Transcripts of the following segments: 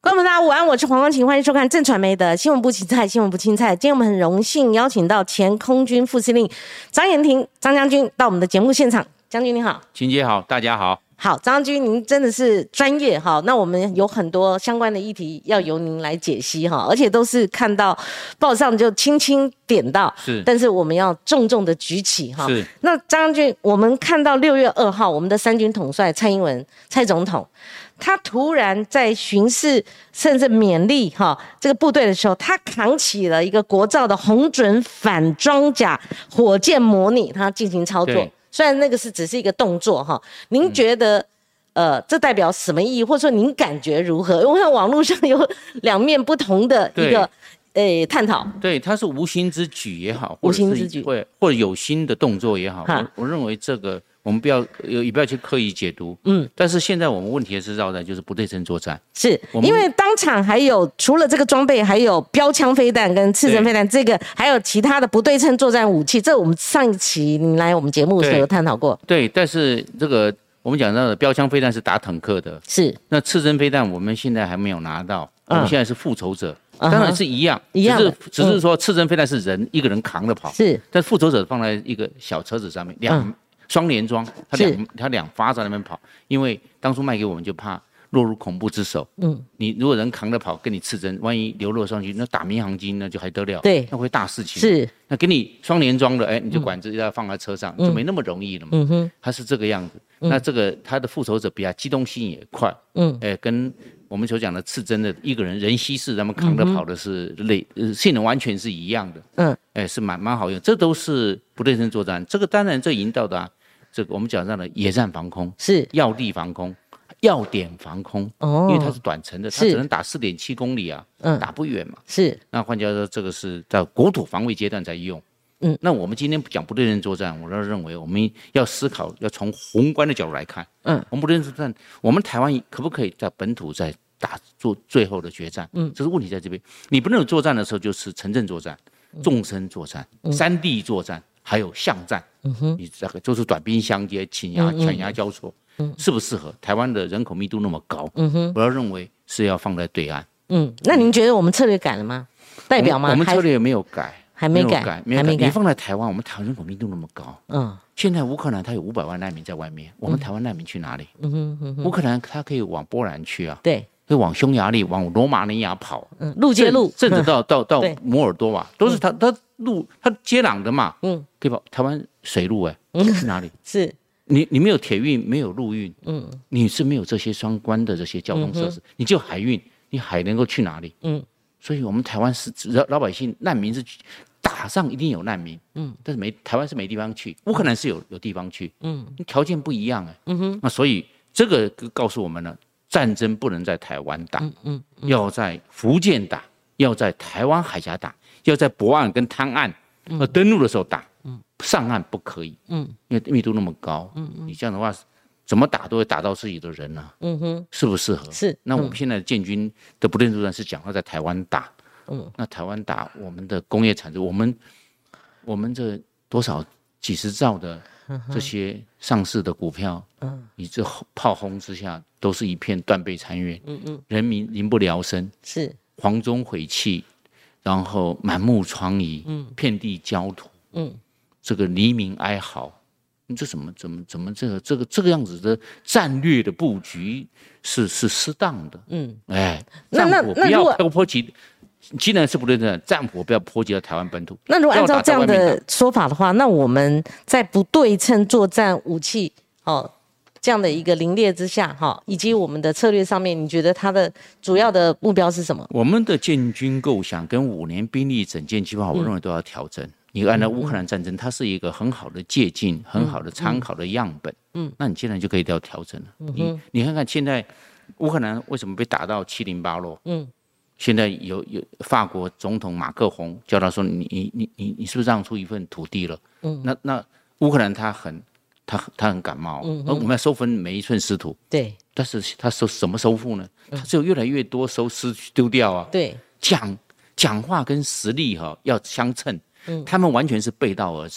观众朋友大家午安，我是黄光芹，欢迎收看正传媒的新闻部青菜，新闻部青菜。今天我们很荣幸邀请到前空军副司令张延廷张将军到我们的节目现场。将军你好。 秦姐好，大家好。 好，张将军您真的是专业哈，那我们有很多相关的议题要由您来解析哈，而且都是看到报上就轻轻点到， 是， 但是我们要重重的举起哈。 是。 那张将军，我们看到6月2号，我们的三军统帅蔡英文蔡总统，他突然在巡视甚至勉励哈这个部队的时候，他扛起了一个国造的红准反装甲火箭模拟，他进行操作。虽然那个只是一个动作哈，您觉得这代表什么意义，或者说您感觉如何？因为网络上有两面不同的一个探讨。 对，它是无心之举也好， 无心之举或者有心的动作也好，我认为这个我们也不要去刻意解读。但是现在我们问题是绕在就是不对称作战， 是因为当场还有除了这个装备，还有标枪飞弹跟刺针飞弹，这个还有其他的不对称作战武器，这我们上一期你来我们节目的时候有探讨过。 对，但是这个我们讲到的标枪飞弹是打坦克的，是那刺针飞弹我们现在还没有拿到，我们现在是复仇者。当然是一样，只是说刺针飞弹是人一个人扛着跑，是，但复仇者放在一个小车子上面，双联装，他两发在那边跑，因为当初卖给我们就怕落入恐怖之手。你如果人扛着跑，跟你刺针，万一流落上去，那打民航机那就还得了，对，那会大事情。是，那给你双联装的，你就管子要放在车上，就没那么容易了嘛。他是这个样子，那这个他的复仇者比较机动性也快，跟我们所讲的刺针的一个人稀释，他们扛着跑的是性能完全是一样的，是蛮好用，这都是不对称作战。这个当然这引导的这个我们讲到的野战防空，是要地防空、要点防空，因为它是短程的，它只能打4.7公里啊，打不远嘛。是，那换句话说，这个是在国土防卫阶段在用。那我们今天讲不对称作战，我认为我们要思考，要从宏观的角度来看。我们不对称作战，我们台湾可不可以在本土再做最后的决战？这是问题在这边。你不能有作战的时候，就是城镇作战、纵深作战、山地作战，还有巷战。你这个就是短兵相接、犬牙交错，适不适合？台湾的人口密度那么高，我要认为是要放在对岸。 那您觉得我们策略改了吗？代表吗？ 我们策略没有改。 还没改。 你放在台湾，我们台湾人口密度那么高，现在乌克兰它有500万难民在外面，我们台湾难民去哪里？乌克兰它可以往波兰去啊，对，可以往匈牙利、往罗马尼亚跑， 陆接陆， 甚至到摩尔多瓦，都是它接壤的嘛，可以跑。台湾水路去哪里？是你没有铁运，没有陆运，你是没有这些相关的这些交通设施，你就海运，你海能够去哪里？所以我们台湾是老百姓难民是打仗一定有难民，但是台湾是没地方去，乌克兰是有地方去，条件不一样那所以这个告诉我们呢，战争不能在台湾打，要在福建打，要在台湾海峡打，要在泊岸跟滩岸登陆的时候打，上岸不可以，因为密度那么高，你这样的话怎么打都会打到自己的人啊，适不适合？是。那我们现在建军的不对称作战是讲要在台湾打，那台湾打我们的工业产值，我们这多少几十兆的这些上市的股票，你这炮轰之下都是一片断壁残垣，人民民不聊生，是黄钟毁弃，然后满目疮痍，遍地焦土，这个黎明哀嚎。这怎么这个样子的战略的布局是适当的？战火不要波及，既然是不对的，战火不要波及到台湾本土。 那如果按照这样的说法的话，那我们在不对称作战武器这样的一个凌列之下以及我们的策略上面，你觉得它的主要的目标是什么？ 我们的建军构想跟5年兵力整建计划，我认为都要调整。你按照乌克兰战争，它是一个很好的借鉴、很好的参考的样本。那你现在就可以要调整了。你看看现在乌克兰为什么被打到708落？现在有法国总统马克宏叫他说：“你是不是让出一份土地了？”那乌克兰他很感冒，我们要收分每一寸湿土。对，但是他怎么收复呢？他只有越来越多收失丢掉啊。对，讲话跟实力要相称。他们完全是背道而驰，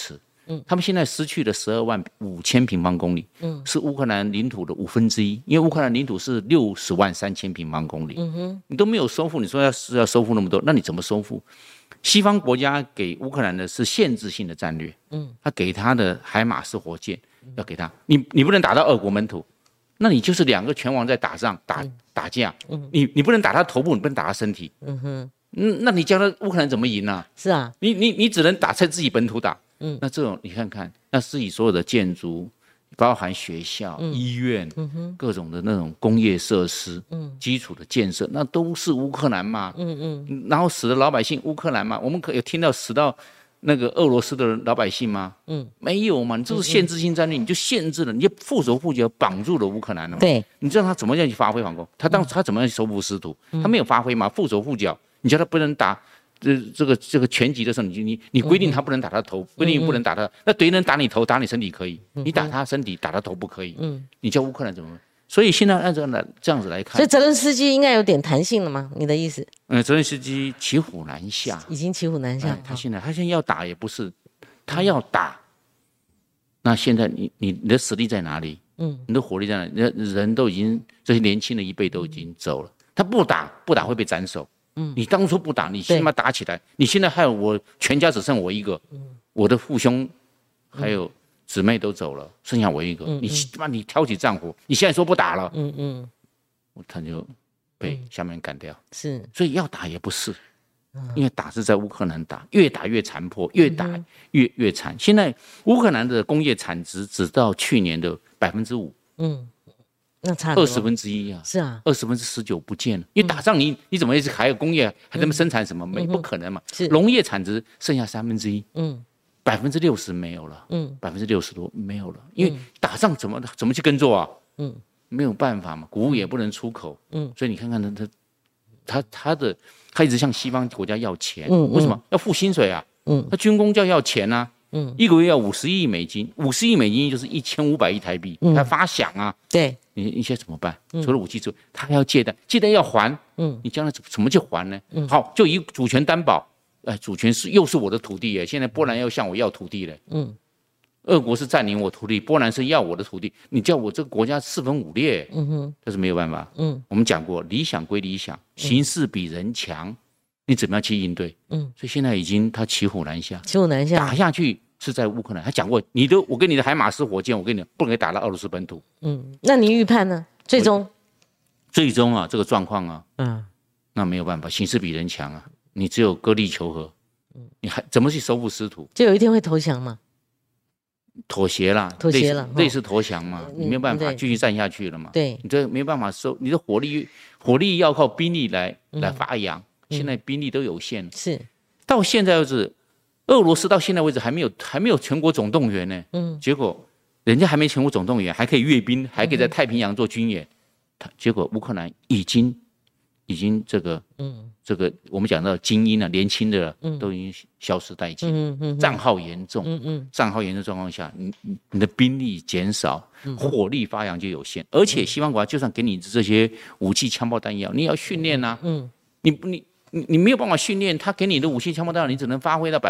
他们现在失去了12.5万平方公里，是乌克兰领土的1/5，因为乌克兰领土是60.3万平方公里，你都没有收复，你说要收复那么多，那你怎么收复？西方国家给乌克兰的是限制性的战略，他给他的海马斯火箭要给他，你不能打到俄国本土，那你就是2个拳王在打仗打架，你不能打他头部，你不能打他身体，那你叫他乌克兰怎么赢啊？ 是啊， 你只能打在自己本土打，那这种你看看，那自己所有的建筑，包含学校、医院，各种的那种工业设施，基础的建设，那都是乌克兰嘛，然后死的老百姓乌克兰嘛，我们有听到死到那个俄罗斯的老百姓吗？没有嘛，你这是限制性战略，你就限制了，你就缚手缚脚绑住了乌克兰了嘛。 对， 你知道他怎么样去发挥反攻？他怎么样去收复失土？他没有发挥嘛，缚手缚脚。你叫他不能打这个拳击的时候，你规定他不能打他头，规定不能打他，那敌人打你头打你身体可以，你打他身体打他头不可以。你叫乌克兰怎么？所以现在按照这样子来看， 所以泽连斯基应该有点弹性了吗？你的意思？ 泽连斯基骑虎难下， 已经骑虎难下。 他现在要打也不是，他要打，那现在你的实力在哪里？你的火力在哪里？人都已经这些年轻的一辈都已经走了，他不打会被斩首。你当初不打，你起码打起来。你现在还有我全家只剩我一个，我的父兄还有姊妹都走了，剩下我一个。你挑起战火，你现在说不打了，他就被下面干掉。 是， 所以要打也不是，因为打是在乌克兰打，越打越残破，越打越惨。现在乌克兰的工业产值只到去年的5%。 那差 1/20啊， 是啊 ，19%不见了，因为打仗你怎么还有工业还在那么生产什么？不可能嘛。农业产值剩下1/3， 60%没有了，60%多没有了，因为打仗怎么去耕作啊？没有办法嘛，谷物也不能出口，所以你看看他一直向西方国家要钱，为什么要付薪水啊？他军工就要钱啊。一个月要50亿美金，50亿美金就是1500亿台币，他发饷啊。 对， 你现在怎么办？除了武器之外，他还要借贷，借贷要还。你将来怎么去还呢？好，就以主权担保，主权又是我的土地耶，现在波兰要向我要土地了。俄国是占领我土地，波兰是要我的土地，你叫我这个国家4分5裂，这是没有办法。我们讲过，理想归理想，形势比人强。你怎么样去应对？所以现在已经他骑虎难下，打下去是在乌克兰。他讲过，我给你的海马斯火箭，我给你不能打到俄罗斯本土。 那你预判呢？最终啊，这个状况啊，那没有办法，形势比人强啊，你只有割地求和，你还怎么去收复失土？ 就有一天会投降吗？ 妥协了，类似投降嘛，你没有办法继续战下去了嘛。 对， 你这没有办法收，你的火力要靠兵力来发扬。现在兵力都有限， 是到现在为止，俄罗斯到现在为止还没有全国总动员呢。结果人家还没全国总动员，还可以阅兵，还可以在太平洋做军演。结果乌克兰已经这个我们讲到精英啊，年轻的都已经消失殆尽，战耗严重，战耗严重状况下，你的兵力减少，火力发扬就有限，而且西方国家就算给你这些武器、枪炮、弹药，你也要训练啊，你没有办法训练，他给你的武器、枪炮弹药，你只能发挥到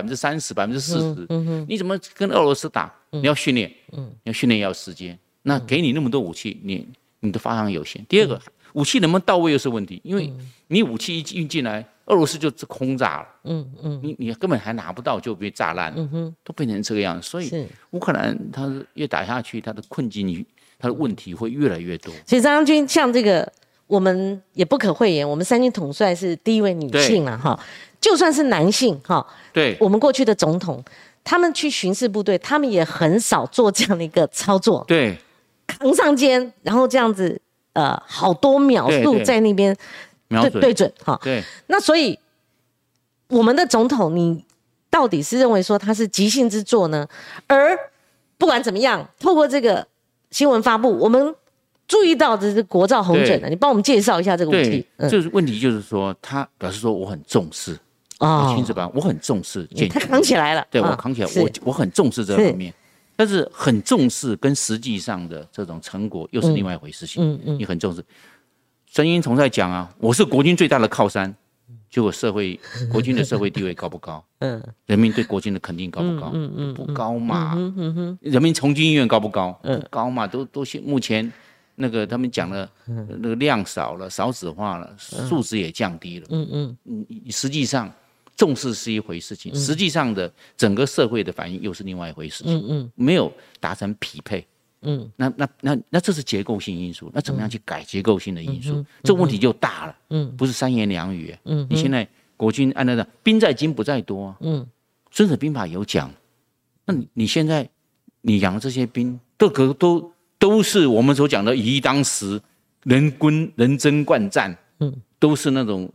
30%、40%。你怎么跟俄罗斯打？你要训练，也要时间。那给你那么多武器，你的发扬有限。第二个，武器能不能到位又是问题，因为你武器一运进来，俄罗斯就轰炸了，你根本还拿不到就被炸烂了，都变成这个样子。所以乌克兰它越打下去，它的困境、它的问题会越来越多。 所以张将军像这个。我们也不可讳言，我们三军统帅是第一位女性了哈。就算是男性哈， 对， 我们过去的总统，他们去巡视部队，他们也很少做这样的一个操作。 对， 扛上肩，然后这样子好多秒数在那边对准哈。 对， 那所以我们的总统，你到底是认为说他是急性之作呢？而不管怎么样，透过这个新闻发布，我们注意到这是国造红准的，你帮我们介绍一下这个问题。 这个问题就是说，他表示说我很重视我亲自帮，我很重视建军， 他扛起来了， 对我扛起来，我很重视这方面，但是很重视跟实际上的这种成果又是另外一回事情。你很重视，曾经从在讲啊，我是国军最大的靠山， 结果国军的社会地位高不高？人民对国军的肯定高不高？不高嘛。人民从军意愿高不高？不高嘛，都目前那个他们讲了，那个量少了，少子化了，素质也降低了。实际上重视是一回事情，实际上的整个社会的反应又是另外一回事情。没有达成匹配。那这是结构性因素，那怎么样去改结构性的因素？这问题就大了。不是三言两语。你现在国军按照的兵在精不在多。孙子兵法有讲，那你现在你养的这些兵，都是我们所讲的以一当十，人争惯战。都是那种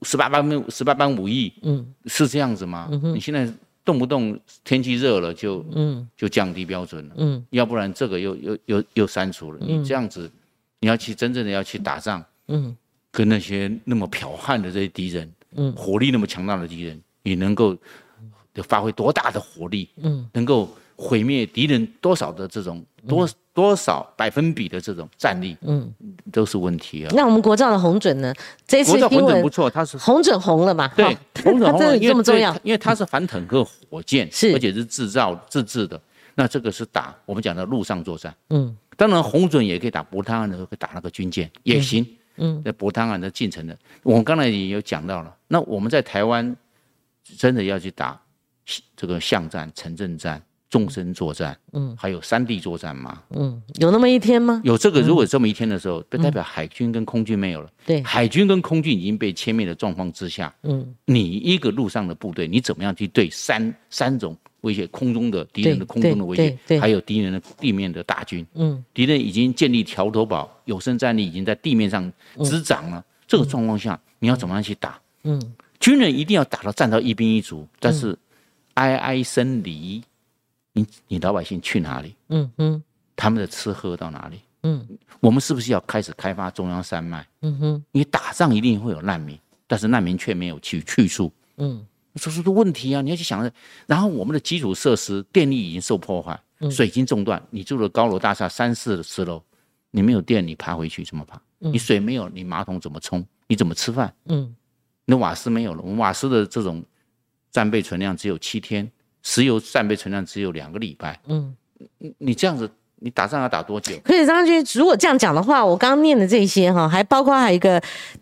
18般武艺。是这样子吗？你现在动不动天气热了就降低标准了。要不然这个又删除了。你这样子，你要去真正的要去打仗。跟那些那么剽悍的这些敌人，火力那么强大的敌人，你能够发挥多大的火力？能够毁灭敌人多少的这种多少百分比的这种战力？都是问题啊。 那我们国造的红准呢？这次国造红准不错，它是红准红了嘛？ 对，红准红了， 这么重要， 因为它是反坦克火箭，而且是自制的。那这个是打我们讲的陆上作战。当然红准也可以打博汤岸的，可以打那个军舰也行。在博汤岸的进程的，我们刚才也有讲到了。那我们在台湾真的要去打这个巷战、城镇战、纵深作战，还有山地作战吗？ 有那么一天吗？ 有这个，如果这么一天的时候，代表海军跟空军没有了。 对， 海军跟空军已经被歼灭的状况之下，你一个陆上的部队，你怎么样去对三种威胁？空中的敌人的空中的威胁，还有敌人的地面的大军。敌人已经建立桥头堡，有生战力已经在地面上滋长了。这个状况下，你要怎么样去打？军人一定要打到战到一兵一卒，但是哀哀声离，你老百姓去哪里？他们的吃喝到哪里？我们是不是要开始开发中央山脉？因为打仗一定会有难民，但是难民却没有去处。这是个问题啊！你要去想。然后我们的基础设施，电力已经受破坏，水已经中断。你住的高楼大厦30-40楼，你没有电，你爬回去怎么爬？你水没有，你马桶怎么冲？你怎么吃饭？你瓦斯没有了，我们瓦斯的这种战备存量只有7天，石油战备存量只有2个礼拜。你这样子，你打仗要打多久？ 可是张军，如果这样讲的话，我刚刚念的这些还包括还有一个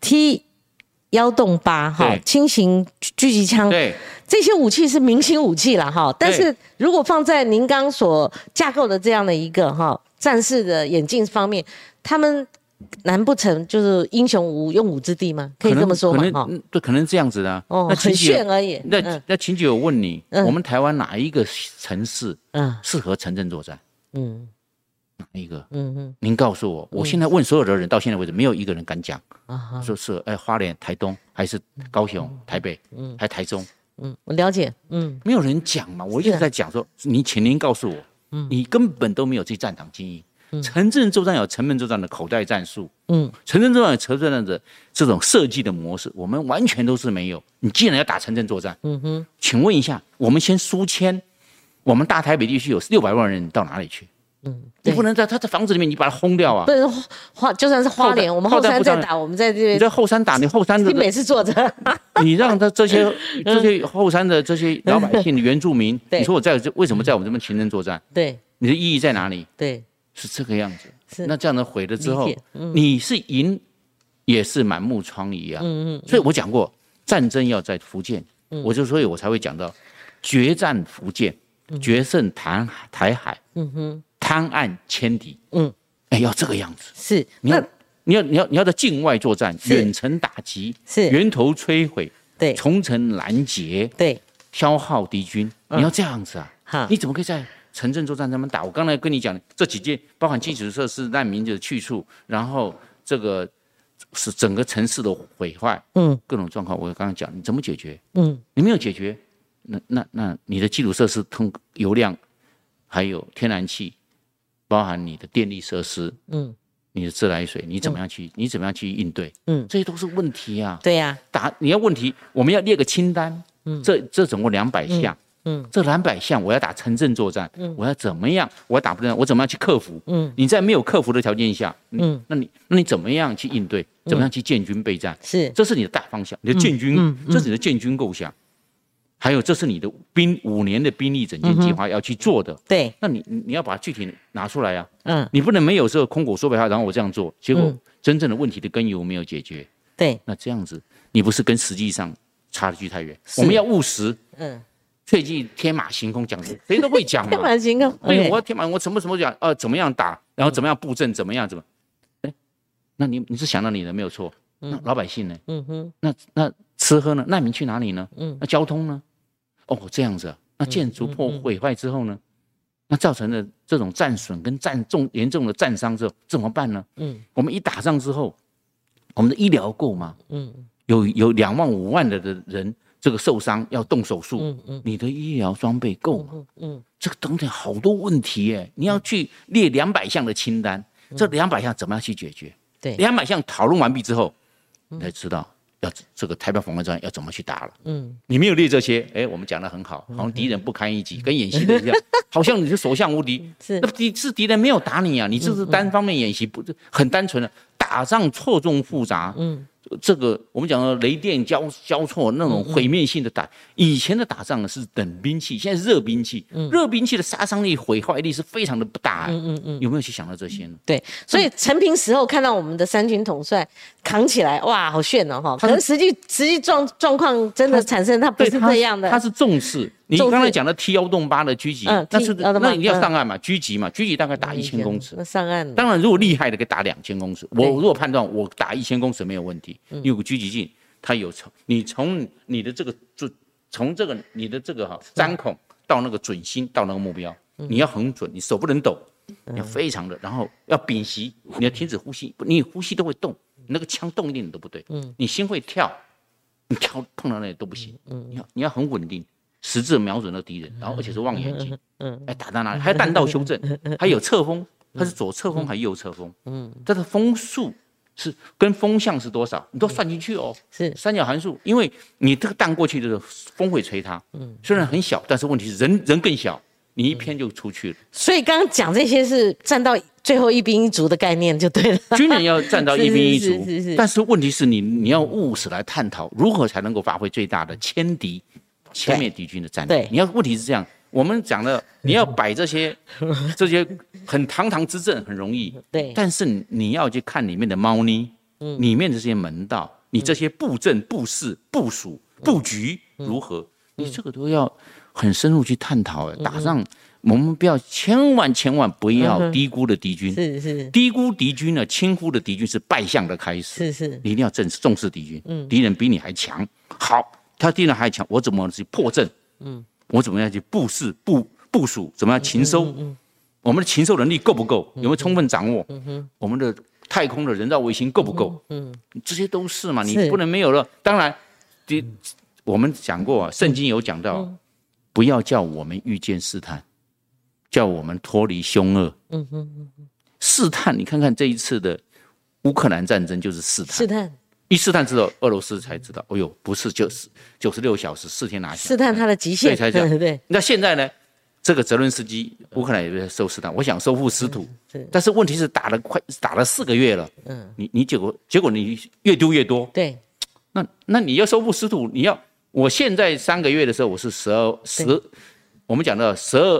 T128轻型狙击枪， 对， 这些武器是明星武器啦但是如果放在您刚所架构的这样的一个战士的眼镜方面，他们难不成就是英雄无用武之地吗？可以这么说吗？ 对，可能这样子的。 那很炫而已。 那秦姐，我问你，我们台湾哪一个城市适合城镇作战？哪一个？您告诉我。我现在问所有的人，到现在为止没有一个人敢讲，说是花莲、台东还是高雄、台北，还台中？ 我了解。没有人讲嘛。我一直在讲说，请您告诉我，你根本都没有这战场经验。城镇作战有城门作战的口袋战术，城镇作战有城镇作战的这种设计的模式，我们完全都是没有。你既然要打城镇作战，请问一下，我们先书签，我们大台北地区有600万人，到哪里去？你不能在他的房子里面你把它轰掉啊！ 不能就算是花莲，我们后山在打，我们在这边。 你在后山打，你后山的你每次坐着， 你让他这些后山的这些老百姓、原住民，你说我为什么在我们这边城镇作战？ 对， 你的意义在哪里？ 对。 是这个样子。那这样的毁了之后，你是赢也是满目疮痍啊。所以我讲过，战争要在福建，所以我才会讲到决战福建，决胜台海，滩岸歼敌。要这个样子。 是你要在境外作战，远程打击，源头摧毁， 对， 重城拦截， 对， 消耗敌军。你要这样子啊？你怎么可以在城镇作战他们打？我刚才跟你讲这几件，包含基础设施、难民的去处，然后这个是整个城市的毁坏，各种状况，我刚刚讲，你怎么解决？你没有解决，那你的基础设施油量，还有天然气，包含你的电力设施，你的自来水，你怎么样去应对？这些都是问题啊。 对呀， 你要问题，我们要列个清单，这总共200项。 这蓝百项我要打城镇作战，我要怎么样？我要打不胜，我怎么样去克服？你在没有克服的条件下，那你怎么样去应对？怎么样去建军备战？这是你的大方向，你的建军，这是你的建军构想。还有，这是你的5年的兵力整建计划要去做的。 对， 那你要把具体拿出来啊。你不能没有时候空口说白话，然后我这样做，结果真正的问题的根由没有解决。 对， 那这样子，你不是跟实际上差距太远？我们要务实。最近天马行空讲的，谁都会讲嘛。 天马行空。 对，我要天马，我什么讲？怎么样打，然后怎么样布阵，怎么样？那你是想到你的没有错。那老百姓呢？那吃喝呢？难民去哪里呢？那交通呢？这样子啊。那建筑毁坏之后呢？那造成了这种战损跟严重的战伤之后怎么办呢？我们一打仗之后，我们的医疗够吗？有2万5万的人这个受伤要动手术，你的医疗装备够吗？这个等等好多问题耶，你要去列200项的清单，这200项怎么样去解决？对，200项讨论完毕之后，你才知道要这个台北防卫战要怎么去打了。你没有列这些，我们讲得很好，好像敌人不堪一击，跟演习的一样，好像你是所向无敌。那是敌人没有打你啊，你这是单方面演习，不很单纯的打仗错综复杂。这个我们讲的雷电交错那种毁灭性的打，以前的打仗呢是冷兵器，现在是热兵器。热兵器的杀伤力、毁坏力是非常的不大。有没有去想到这些呢？ 对，所以成平时候看到我们的3军统帅扛起来，哇，好炫哦哈！可能实际状况真的产生，他不是这样的。 他是重视。你刚才讲的 T168的狙击，那你要上岸嘛？狙击大概打1000公尺。那上岸。 当然，如果厉害的可以打2000公尺。我如果判断我打1000公尺没有问题，你有个狙击镜，它有你从你的这个你的这个覘孔到那个准心到那个目标，你要很准，你手不能抖，你要非常的，然后要屏息，你要停止呼吸，你呼吸都会动，你那个枪动一点都不对，你心会跳，你跳碰到那里都不行，你要很稳定。实质瞄准了敌人，然后而且是望远镜，打到哪里？还有弹道修正，还有侧风，它是左侧风还是右侧风？它的风速是跟风向是多少？你都算进去哦。是三角函数，因为你这个弹过去的时候，风会吹它，虽然很小，但是问题是人更小，你一偏就出去了。 所以刚刚讲这些是站到最后一兵一卒的概念就对了。 军人要站到一兵一卒，但是问题是你要务实来探讨如何才能够发挥最大的歼灭敌军的战力。你要问题是这样，我们讲的你要摆这些很堂堂之正很容易，对，但是你要去看里面的猫腻，里面的这些门道，你这些布阵、布势、部署、布局如何，你这个都要很深入去探讨。打仗我们千万不要低估了敌军，是低估敌军呢，轻忽的敌军是败相的开始，是你一定要重视敌军，敌人比你还强，好。他敌人还强，我怎么去破阵？我怎么样去部署、部署？怎么样勤收？我们的勤收能力够不够？有没有充分掌握？我们的太空的人造卫星够不够？这些都是嘛，你不能没有了。当然，我们讲过，圣经有讲到，不要叫我们遇见试探，叫我们脱离凶恶。试探，你看看这一次的乌克兰战争就是试探。一试探之后，俄罗斯才知道，不是96小时4天拿下， 试探他的极限， 才讲。对，那现在呢？这个泽伦斯基，乌克兰也在受试探，我想收复失土，但是问题是打了4个月了，你结果你越丢越多，对，那你要收复失土，我现在3个月的时候，我是我们讲的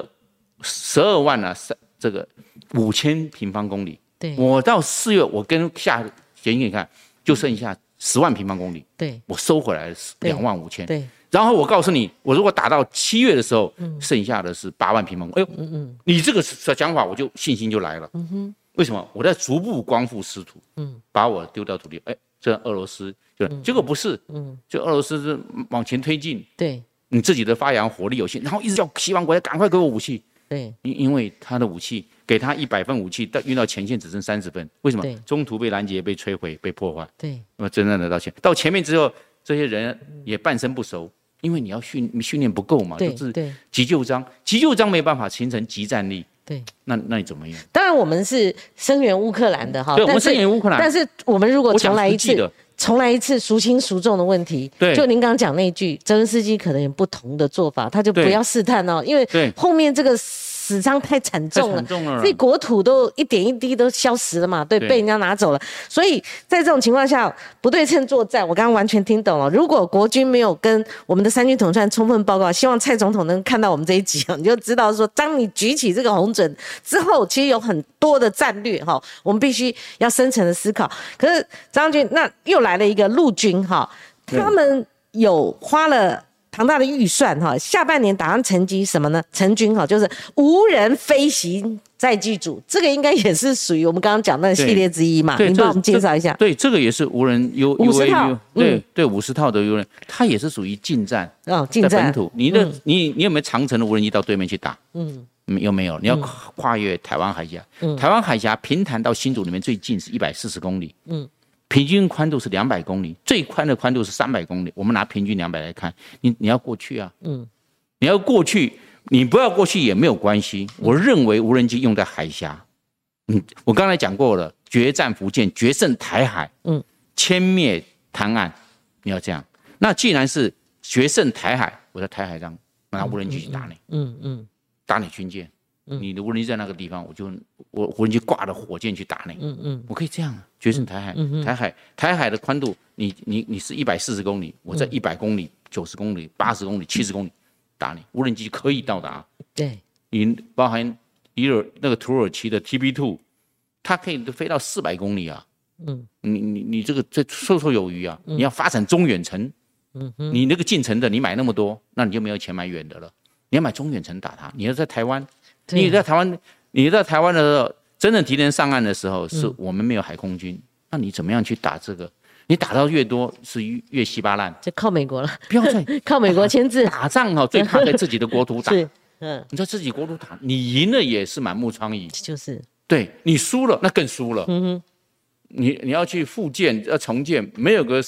12万啊，这个5000平方公里，对，我到4月，我跟下给你看。就剩下10万平方公里，对，我收回来2万5千，对。然后我告诉你，我如果打到7月的时候，剩下的是8万平方公里。你这个讲法，我就信心就来了。为什么？我在逐步光复失土，把我丢到土地。这俄罗斯结果不是，就俄罗斯是往前推进，对，你自己的发扬火力有限，然后一直叫西方国家赶快给我武器，对，因为他的武器。给他100份武器，运到前线只剩30份，为什么？中途被拦截、被摧毁、被破坏。对，那么真正的到前面之后，这些人也半生不熟，因为你要训练不够嘛，就是急救章没办法形成集战力。对，那你怎么样？当然，我们是声援乌克兰的哈，对，我们声援乌克兰，但是我们如果重来一次， 重来一次孰轻孰重的问题。 对， 就您刚刚讲那句，泽连斯基可能有不同的做法，他就不要试探哦，因为后面这个死伤太惨重了，所以国土都一点一滴都消失了嘛，对，被人家拿走了。所以在这种情况下，不对称作战，我刚刚完全听懂了。如果国军没有跟我们的三军统帅充分报告，希望蔡总统能看到我们这一集，你就知道说，当你举起这个红准之后，其实有很多的战略哈，我们必须要深层的思考。可是张军，那又来了一个陆军哈，他们有花了庞大的预算哈，下半年打算成军什么呢？成军哈，就是无人飞行载机组，这个应该也是属于我们刚刚讲的系列之一嘛？您帮我们介绍一下。 对，这个也是无人 50套， 对，50套的无人，它也是属于近战近战在本土。你有没有长程的无人机到对面去打？有没有？你要跨越台湾海峡，台湾海峡平潭到新竹里面最近是140公里，平均宽度是200公里，最宽的宽度是300公里。我们拿平均200来看，你要过去啊，你要过去，你不要过去也没有关系。我认为无人机用在海峡，我刚才讲过了，决战福建，决胜台海，歼灭滩岸，你要这样。那既然是决胜台海，我在台海上拿无人机去打你，打你军舰。你的无人机在那个地方，我无人机挂着火箭去打你，我可以这样决胜台海，台海的宽度，你是140公里，我在100公里、90公里、80公里、70公里打你，无人机可以到达。 对， 你包含那个土耳其的 TB2， 它可以飞到400公里啊。你这个绰绰有余啊。你要发展中远程，你那个近程的你买那么多，那你就没有钱买远的了。你要买中远程打它，你要在台湾。你在台湾的时候，真正敌人上岸的时候，是我们没有海空军，那你怎么样去打这个？你打到越多是越稀巴烂， 就靠美国了。 不要再靠美国签字。 打仗最怕在自己的国土打。你在自己国土打，你赢了也是满目疮痍。 就是对你输了，那更输了。你要去复建要重建，没有个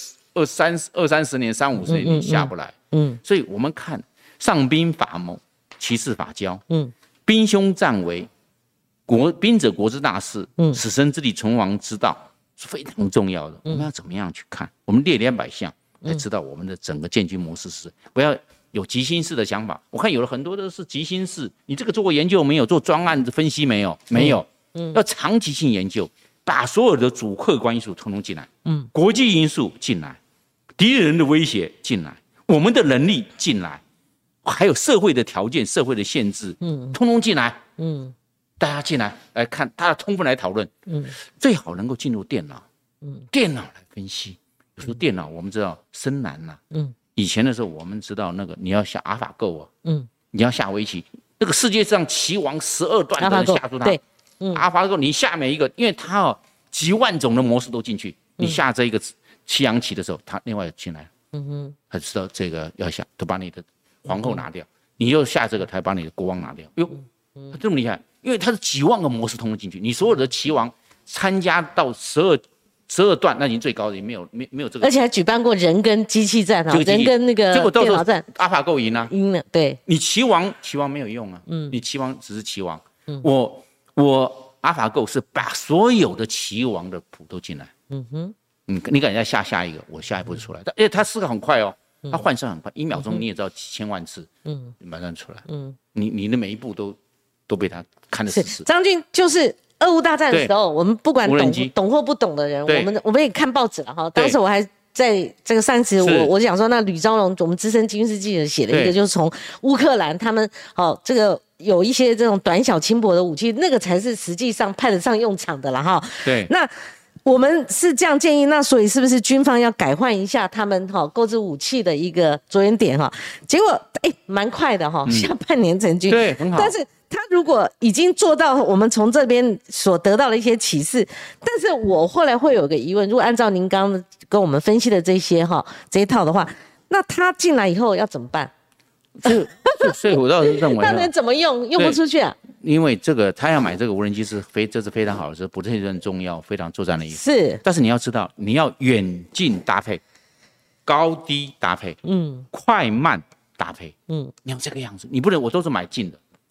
20-30年、30-50年，你下不来。所以我们看上兵伐谋，其次伐交。兵凶战危，兵者国之大事，死生之地，存亡之道是非常重要的。我们要怎么样去看？我们列200项，才知道我们的整个建军模式是。不要有急心事的想法。我看有了很多都是急心事，你这个做过研究没有？做专案分析没有？没有。要长期性研究，把所有的主客观因素统统进来，国际因素进来，敌人的威胁进来，我们的能力进来。还有社会的条件、社会的限制，通通进来，大家进来来看，大家充分来讨论，最好能够进入电脑，电脑来分析。有时候电脑我们知道深难呐，以前的时候我们知道那个你要下阿法狗啊，你要下围棋，那个世界上棋王12段的人下出他，阿法狗你下每一个，因为他几万种的模式都进去，你下这一个西洋棋的时候，他另外进来，他知道这个要下，都把你的皇后拿掉，你又下这个，他把你的国王拿掉。哟，他这么厉害，因为他是几万个模式通通进去，你所有的棋王参加到12段，那已经最高的，没有这个。 而且还举办过人跟机器战啊，人跟那个电脑战， 阿法狗赢啊， 赢了。对， 你棋王没有用啊，你棋王只是棋王，我阿法狗是把所有的棋王的谱都进来，你敢再下一个，我下一步出来，而且他思考很快哦。它换算很快，1秒钟你也知道几千万次，马上出来，你的每一步都被他看得死死。 张军就是俄乌大战的时候，我们不管懂或不懂的人，我们也看报纸了哈。当时我还在这个上次我讲说，那吕昭荣我们资深军事记者写了一个，就是从乌克兰他们这个有一些这种短小轻薄的武器，那个才是实际上派得上用场的了哈。 对， 那。我们是这样建议，那所以是不是军方要改换一下他们购置武器的一个着眼点哈？结果蛮快的哈，下半年成军， 对，很好。 但是他如果已经做到我们从这边所得到的一些启示，但是我后来会有个疑问，如果按照您刚刚跟我们分析的这些这一套的话，那他进来以后要怎么办？ 所以我倒是认为， 那能怎么用？用不出去啊。 因为这个他要买这个无人机这是非常好的事，不是很重要，非常作战的意思。 是， 但是你要知道，你要远近搭配，高低搭配，快慢搭配，你要这个样子，你不能我都是买近的，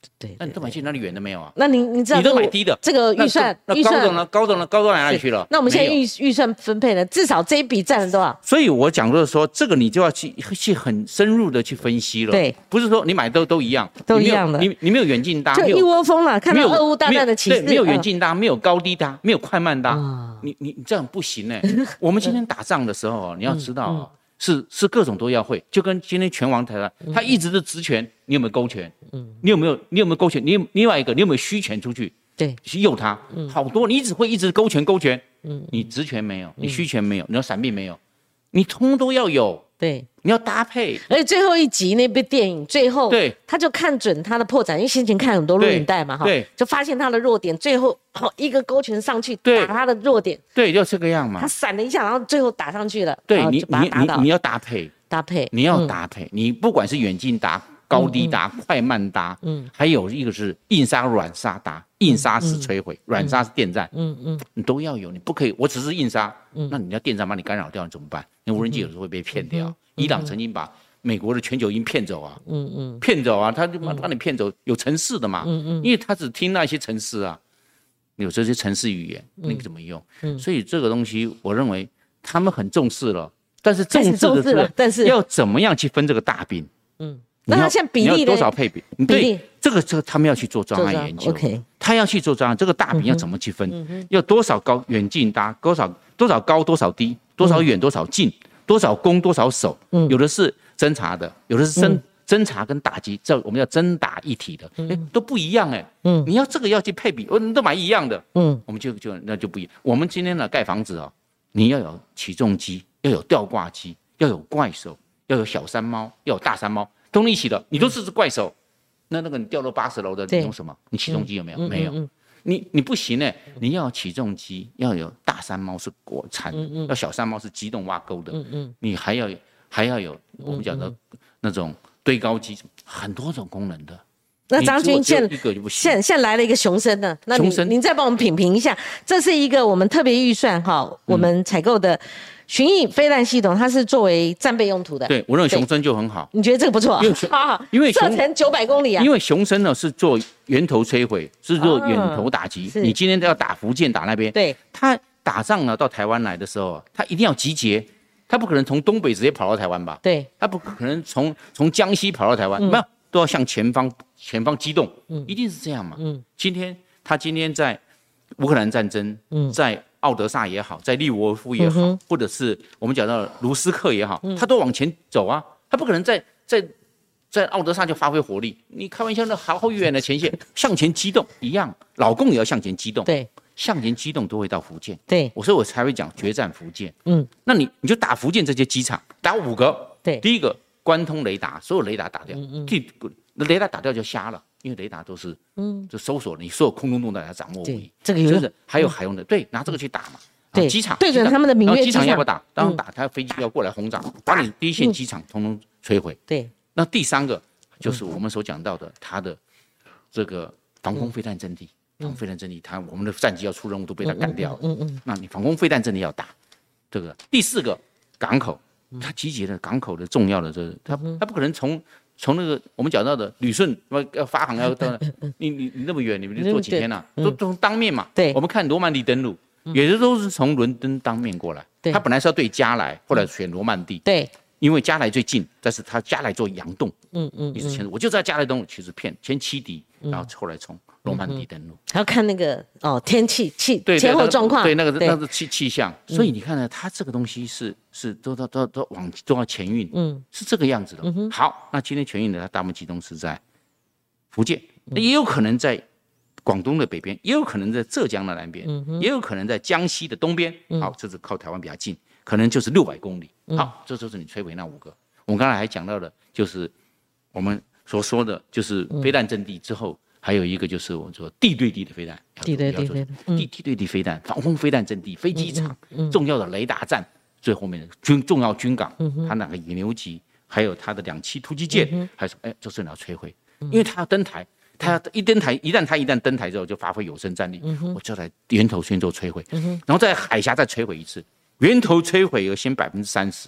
对， 那你都买去哪里远的没有啊？ 那你知道你都买低的， 这个预算， 那高的呢？高到哪里去了？ 那我们现在预算分配呢？至少这一笔占了多少？ 所以我讲的说，这个你就要去很深入的去分析了。 对， 不是说你买都一样， 都一样的。 你没有远近搭， 就一窝蜂了。看到俄乌大战的起势， 没有远近搭，没有高低搭，没有快慢搭，你这样不行哎。我们今天打仗的时候，你要知道。是各种都要会，就跟今天拳王台湾，他一直是直拳，你有没有勾拳？你有没有勾拳？另外一个，你有没有虚拳出去？ 对， 去诱他。好多你只会一直勾拳，你直拳没有，你虚拳没有，你要闪避没有，你通通都要有。对，你要搭配。 而且最后一集那部电影，最后对， 他就看准他的破绽，因为先前看很多录影带嘛， 对， 就发现他的弱点，最后一个勾拳上去打他的弱点， 对，就这个样嘛。 他闪了一下，然后最后打上去了， 对你要搭配，你要搭配，你不管是远近搭、高低搭、快慢搭，还有一个是硬杀、软杀搭，硬杀是摧毁，软杀是电战，你都要有，你不可以，我只是硬杀，那你要电战把你干扰掉，你怎么办？那无人机有时候会被骗掉。伊朗曾经把美国的全球鹰骗走啊，骗走啊，他就把你骗走，有程式的嘛，因为他只听那些程式啊，有这些程式语言，你怎么用？所以这个东西，我认为他们很重视了，但是重视了， 但是要怎么样去分这个大饼？ 那他现在比例你要多少配比？对，这个他们要去做专案研究，他要去做专案，这个大饼要怎么去分？要多少高远近搭，多少高多少低，多少远多少近。多少攻多少守，有的是侦察的，有的是侦察跟打击，这我们叫侦打一体的，都不一样哎。你要这个要去配比，你都买一样的，我们那就不一样。我们今天呢盖房子哦，你要有起重机，要有吊挂机，要有怪手，要有小山猫，要有大山猫，都一起的，你都是怪手，那个你掉落80楼的，你用什么？你起重机有没有？没有。你不行哎，你要有起重机，要有大山猫是国产的，要小山猫是机动挖沟的，你还要有我们讲的那种堆高机，很多种功能的。 那张军现在来了一个雄升呢，那您再帮我们品评一下，这是一个我们特别预算哈，我们采购的巡弋飞弹系统，它是作为战备用途的。 对，我认为雄升就很好。 你觉得这个不错？因为射程900公里啊。 因为雄升呢是做源头摧毁，是做源头打击。你今天要打福建打那边， 对， 他打仗呢到台湾来的时候，他一定要集结，他不可能从东北直接跑到台湾吧？ 对， 他不可能从江西跑到台湾，没有，都要向前方机动，一定是这样嘛。今天在乌克兰战争，在奥德萨也好，在利沃夫也好，或者是我们讲到卢斯克也好，他都往前走啊，他不可能在奥德萨就发挥火力。你开玩笑，那好远的前线向前机动一样，老共也要向前机动， 对， 向前机动都会到福建， 对， 所以我才会讲决战福建。那你就打福建这些机场，打5个， 对， 第一个关通雷达，所有雷达打掉，雷达打掉就瞎了。因为雷达都是，就搜索你所有空中动态来掌握而已。这个就是还有海用的，对，拿这个去打嘛。对，机场对准他们的民乐机场要不要打？当然打，他飞机要过来轰炸，把你第一线机场统统摧毁。对，那第3个就是我们所讲到的，它的这个防空飞弹阵地，防空飞弹阵地，我们的战机要出任务都被它干掉了。那你防空飞弹阵地要打，这个第4个港口，它集结了港口的重要的它不可能从那个我们讲到的旅顺要发航要到你那么远，你们就坐几天啊？都当面嘛。对，我们看罗曼蒂登陆，也都是从伦敦当面过来。他本来是要对加莱，后来选罗曼蒂。对，因为加莱最近，但是他加莱做佯动。一直前我就在加莱登陆，其实先欺敌，然后后来从罗曼蒂登陆。还要看那个天气前后状况，对那个气象。所以你看呢，他这个东西是都要前运，是这个样子的。好，那今天全运的它大部分集中是在福建，也有可能在广东的北边，也有可能在浙江的南边，也有可能在江西的东边。好，这是靠台湾比较近，可能就是600公里。好，这就是你摧毁那5个。我们刚才还讲到的，就是我们所说的，就是飞弹阵地之后，还有一个就是我们说地对地的飞弹，地对地飞弹、防空飞弹阵地、飞机场、重要的雷达站，最后面的重要军港，它那个野牛级，还有它的2栖突击舰，还是就是你要摧毁，因为它要登台。他要一登台，一旦登台之后就发挥有生战力，我就来源头先做摧毁，然后在海峡再摧毁一次，源头摧毁有先30%，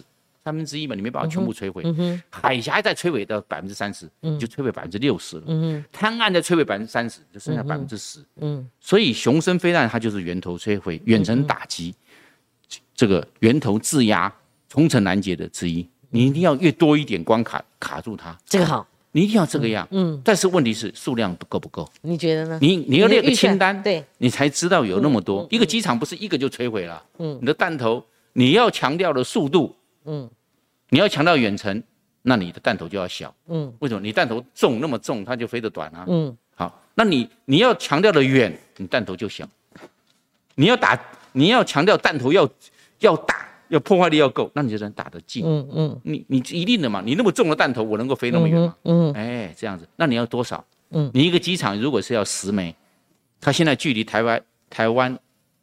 1/3嘛，你没办法全部摧毁。海峡再摧毁到30%，你就摧毁60%了。滩岸再摧毁30%，就剩下10%。所以雄升飞弹它就是源头摧毁、远程打击，这个源头制压、冲城拦截的之一。你一定要越多一点关卡卡住它。 这个好。 你一定要这个样，但是问题是数量够不够？ 你觉得呢？ 你要列个清单， 对， 你才知道有那么多。一个机场不是一个就摧毁了，你的弹头你要强调的速度，你要强调远程，那你的弹头就要小，为什么？你弹头重那么重，它就飞得短啊，好，那你要强调的远，你弹头就小，你要强调弹头要大。要破坏力要够，那你就能打得近。你一定的嘛，你那么重的弹头，我能够飞那么远吗？这样子，那你要多少？你一个机场如果是要10枚，它现在距离台湾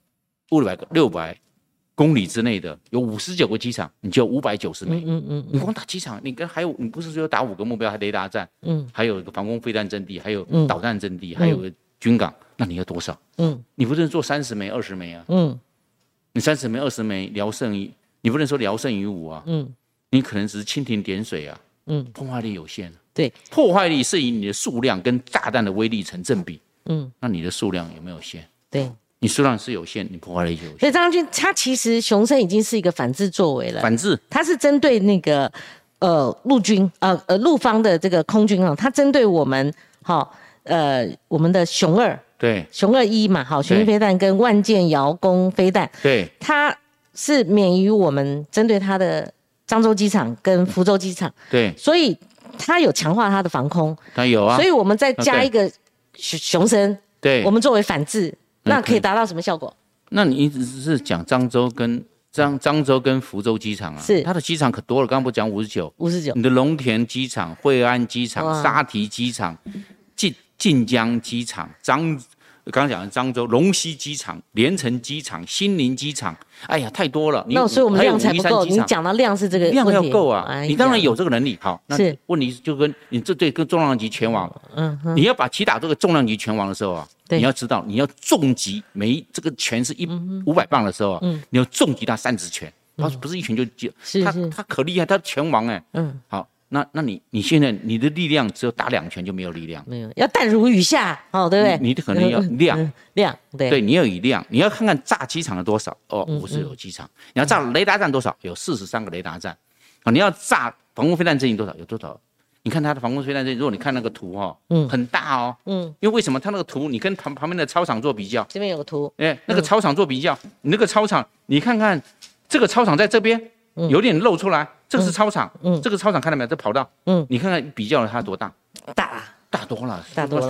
600公里之内的有59个机场，你就590枚。你光打机场，你不是说打5个目标，还雷达站，还有一个防空飞弹阵地，还有导弹阵地，还有个军港，那你要多少？你不是做30枚、20枚啊？你30枚、20枚聊胜于，你不能说聊胜于无啊。你可能只是蜻蜓点水啊。破坏力有限。 对， 破坏力是以你的数量跟炸弹的威力成正比。那你的数量有没有限？ 对， 你数量是有限，你破坏力就有限。 所以张将军，他其实雄升已经是一个反制作为了。 反制， 他是针对那个陆军陆方的这个空军啊，他针对我们我们的雄2。 对， 雄2-1嘛，好，雄1飞弹跟万箭遥攻飞弹， 对， 它是免于我们针对它的漳州机场跟福州机场， 对， 所以它有强化它的防空， 它有啊， 所以我们再加一个雄升， 对， 我们作为反制，那可以达到什么效果？ 那你只是讲漳州跟福州机场啊， 是它的机场可多了，刚刚不讲59，你的龙田机场、惠安机场、沙堤机场、晋江机场、刚刚讲的漳州、龙溪机场、连城机场、新林机场，哎呀，太多了。 那所以我们量才不够。你讲到量是这个问题， 量要够啊！你当然有这个能力。好，那问题就跟你跟重量级全网，你要把击打这个重量级全网的时候啊，你要知道你要重击这个拳是500磅的时候啊，你要重击他30拳，他不是一拳就击，他可厉害，他拳王哎。好。那你现在你的力量只有打2拳就没有力量， 没有要弹如雨下哦，对不对？ 你可能要量， 对， 你要以量，你要看看炸机场有多少哦，59机场，你要炸雷达站多少？有43个雷达站，你要炸防空飞弹阵营多少？有多少？你看它的防空飞弹阵营，如果你看那个图很大哦，因为为什么它那个图你跟旁边的操场做比较？ 这边有个图， 那个操场做比较，你那个操场，你看看这个操场在这边。有点露出来，这个是操场，这个操场看到没有？这跑道，你看看比较了它多大？大多了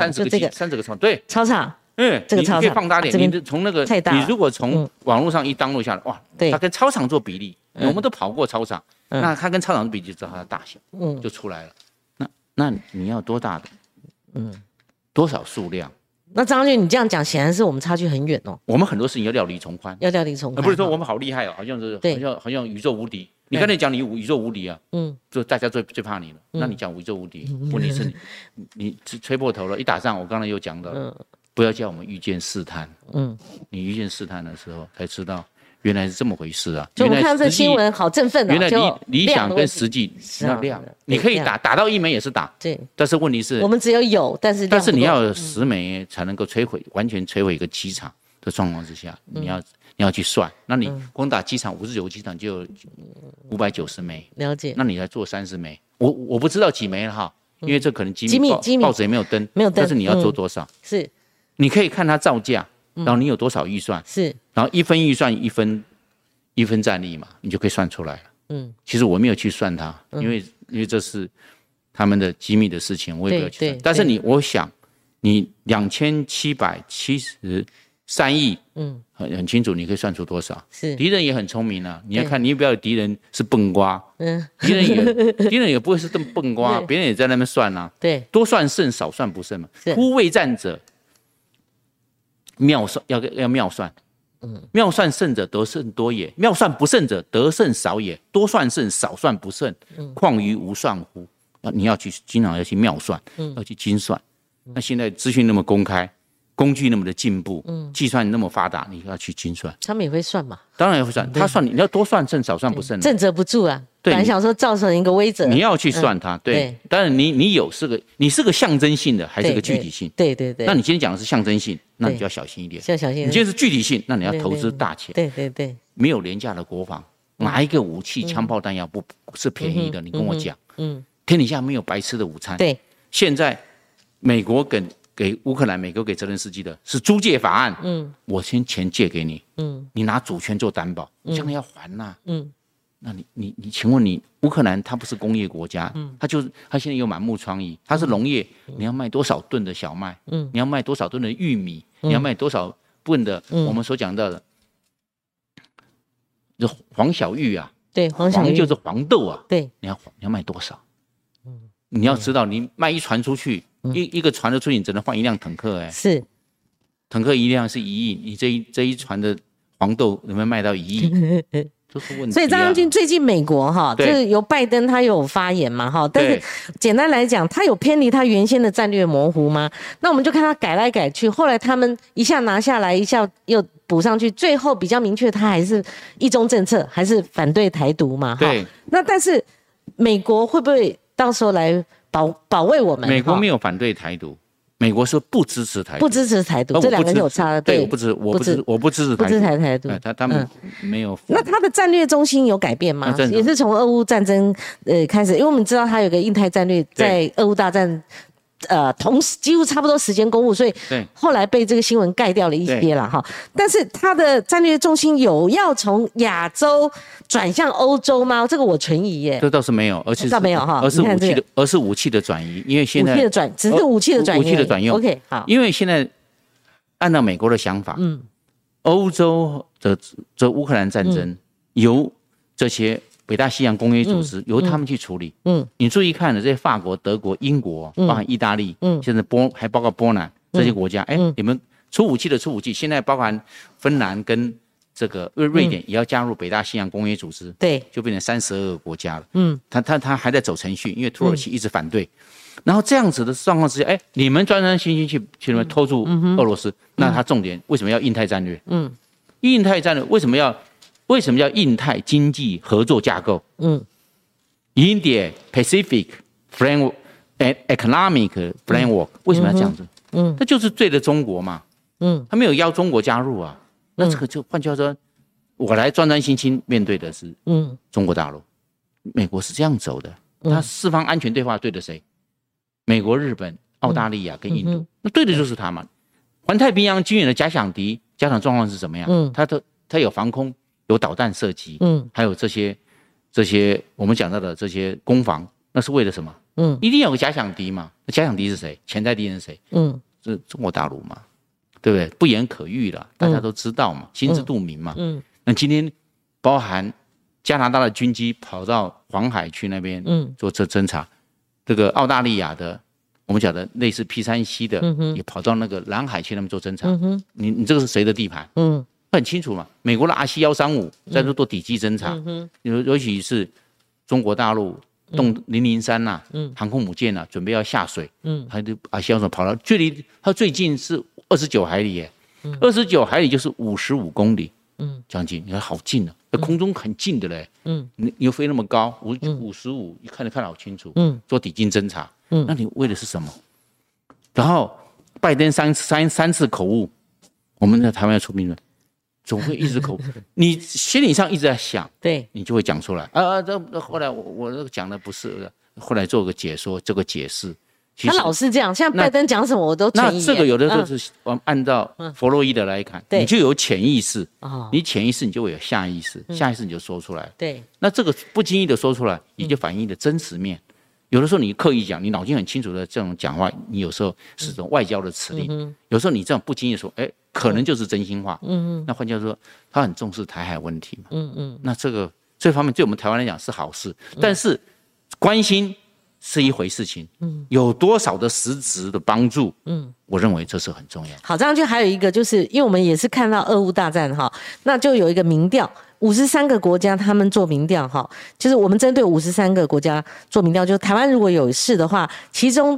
，30个操，对， 操场， 这个操场你可以放大点，你从那个，你如果从网络上一登录下来，哇，它跟操场做比例，我们都跑过操场，那它跟操场的比例就知道它的大小，就出来了。那你要多大的？多少数量？那张将军，你这样讲，显然是我们差距很远哦。 我们很多事情要料理从宽，不是说我们好厉害哦，好像宇宙无敌。你刚才讲你宇宙无敌啊，就大家最怕你了。那你讲宇宙无敌，问题是你吹破头了，一打仗，我刚才又讲了，不要叫我们遇见试探。你遇见试探的时候才知道。原来是这么回事啊！ 就我们看这新闻好振奋啊！ 原来理想跟实际要量，你可以打到1枚也是打， 对。 但是问题是， 我们只有，但是你要有10枚才能够完全摧毁一个机场的状况之下，你要去算。那你光打机场59个机场就有590枚， 了解。 那你来做30枚，我不知道几枚了哈，因为这可能机密报纸也没有登，但是你要做多少？ 是， 你可以看它造价。然后你有多少预算？ 是， 然后1分预算1分战力嘛，你就可以算出来了。其实我没有去算它，因为这是他们的机密的事情，我也不要去算。但是我想，你2773亿，很清楚，你可以算出多少。 是， 敌人也很聪明啊，你要看，你也不要敌人是笨瓜，敌人也不会是笨瓜，别人也在那边算啊。 对， 多算胜，少算不胜嘛。忽未战者。妙算要妙算，妙算胜者得胜多也，妙算不胜者得胜少也。多算胜，少算不胜，况于无算乎？你要去经常要去妙算，要去精算。那现在资讯那么公开，工具那么的进步，计算那么发达，你要去精算。 他们也会算嘛？ 当然也会算，他算你要多算胜，少算不胜， 正则不住啊。 本来想说造成一个威慑， 你要去算它，对。当然你是个象征性的，还是个具体性？ 对。 那你今天讲的是象征性，那你就要小心一点。 要小心。 你今天是具体性，那你要投资大钱。 对。 没有廉价的国防，哪一个武器、枪炮、弹药不是便宜的？你跟我讲。天底下没有白吃的午餐。 对。 现在美国给乌克兰，美国给泽连斯基的是租借法案。我先钱借给你。你拿主权做担保，你将来要还呐。那你请问你乌克兰它不是工业国家，它现在有满目疮痍，它是农业，你要卖多少吨的小麦，你要卖多少吨的玉米，你要卖多少吨的我们所讲到的黄小玉啊， 对，黄就是黄豆啊， 对， 你要卖多少？你要知道，你卖一船出去，一个船的出去，你只能换一辆坦克， 是， 坦克一辆是1亿，你这一船的黄豆能不能卖到1亿？ 所以张将军，最近美国就是由拜登他有发言嘛但是简单来讲，他有偏离他原先的战略模糊吗？那我们就看他改来改去，后来他们一下拿下来，一下又补上去，最后比较明确，他还是一中政策，还是反对台独嘛对。 那但是美国会不会到时候来保卫我们？ 美国没有反对台独。美国说不支持台独， 不支持台独，这两个有差的。 对，我不支持台独， 他们没有。 那他的战略中心有改变吗？也是从俄乌战争开始，因为我们知道他有个印太战略，在俄乌大战同时几乎差不多时间公布，所以后来被这个新闻盖掉了一些了哈。但是他的战略重心有要从亚洲转向欧洲吗？这个我存疑耶。 这倒是没有，而没有哈， 而是武器的转移，因为现在武器的只是武器的转移， 武器的转用。 OK， 好， 因为现在按照美国的想法，欧洲的这乌克兰战争由这些北大西洋公约组织由他们去处理。你注意看的这些法国、德国、英国，包含意大利，现在还包括波兰这些国家，你们出武器的出武器，现在包含芬兰跟这个瑞典也要加入北大西洋公约组织， 对， 就变成32个国家了。他还在走程序，因为土耳其一直反对。然后这样子的状况之下，你们专心去那边拖住俄罗斯，那他重点为什么要印太战略？印太战略为什么叫印太经济合作架构？India Pacific Framework and Economic Framework 为什么要这样子？那就是对着中国嘛。他没有邀中国加入啊。那这个就换句话说，我来专心面对的是中国大陆。美国是这样走的，他四方安全对话对着谁？美国、日本、澳大利亚跟印度，那对的就是他嘛。环太平洋军演的假想敌，假想状况是怎么样？它有防空，有导弹射击，还有这些我们讲到的这些攻防，那是为了什么？一定要有个假想敌嘛。那假想敌是谁？潜在敌人是谁？是中国大陆嘛，对不对？不言可喻了，大家都知道嘛，心知肚明嘛。那今天包含加拿大的军机跑到黄海去那边做侦察，这个澳大利亚的我们讲的类似 P3C 的也跑到那个蓝海去那边做侦察，你这个是谁的地盘？很清楚嘛。美国的 RC-135在这做底基侦察，尤其是中国大陆动003呐，航空母舰呐，准备要下水，他就RC-135跑到距离它最近是29海里耶，29海里就是55公里，将近，你看好近啊，在空中很近的嘞，你又飞那么高，55，你看得好清楚，做底基侦察，那你为的是什么？然后拜登三次口误，我们在台湾要出名了。总会一直口误，你心理上一直在想， 对， 你就会讲出来。后来我讲的不是，后来做个解说，这个解释。 他老是这样，像拜登讲什么我都存疑。 那这个有的时候是按照弗洛伊德来看，你就有潜意识，你潜意识你就会有下意识，下意识你就说出来。 对， 那这个不经意的说出来，也就反映的真实面。有的时候你刻意讲，你脑筋很清楚的这种讲话，你有时候是种外交的辞令；有时候你这样不经意说，可能就是真心话。那换句话说，他很重视台海问题嘛。那这方面对我们台湾来讲是好事，但是关心是一回事情，有多少的实质的帮助，我认为这是很重要。 好，这样就还有一个，就是因为我们也是看到俄乌大战哈，那就有一个民调，53个国家他们做民调哈，就是我们针对53个国家做民调，就是台湾如果有事的话，其中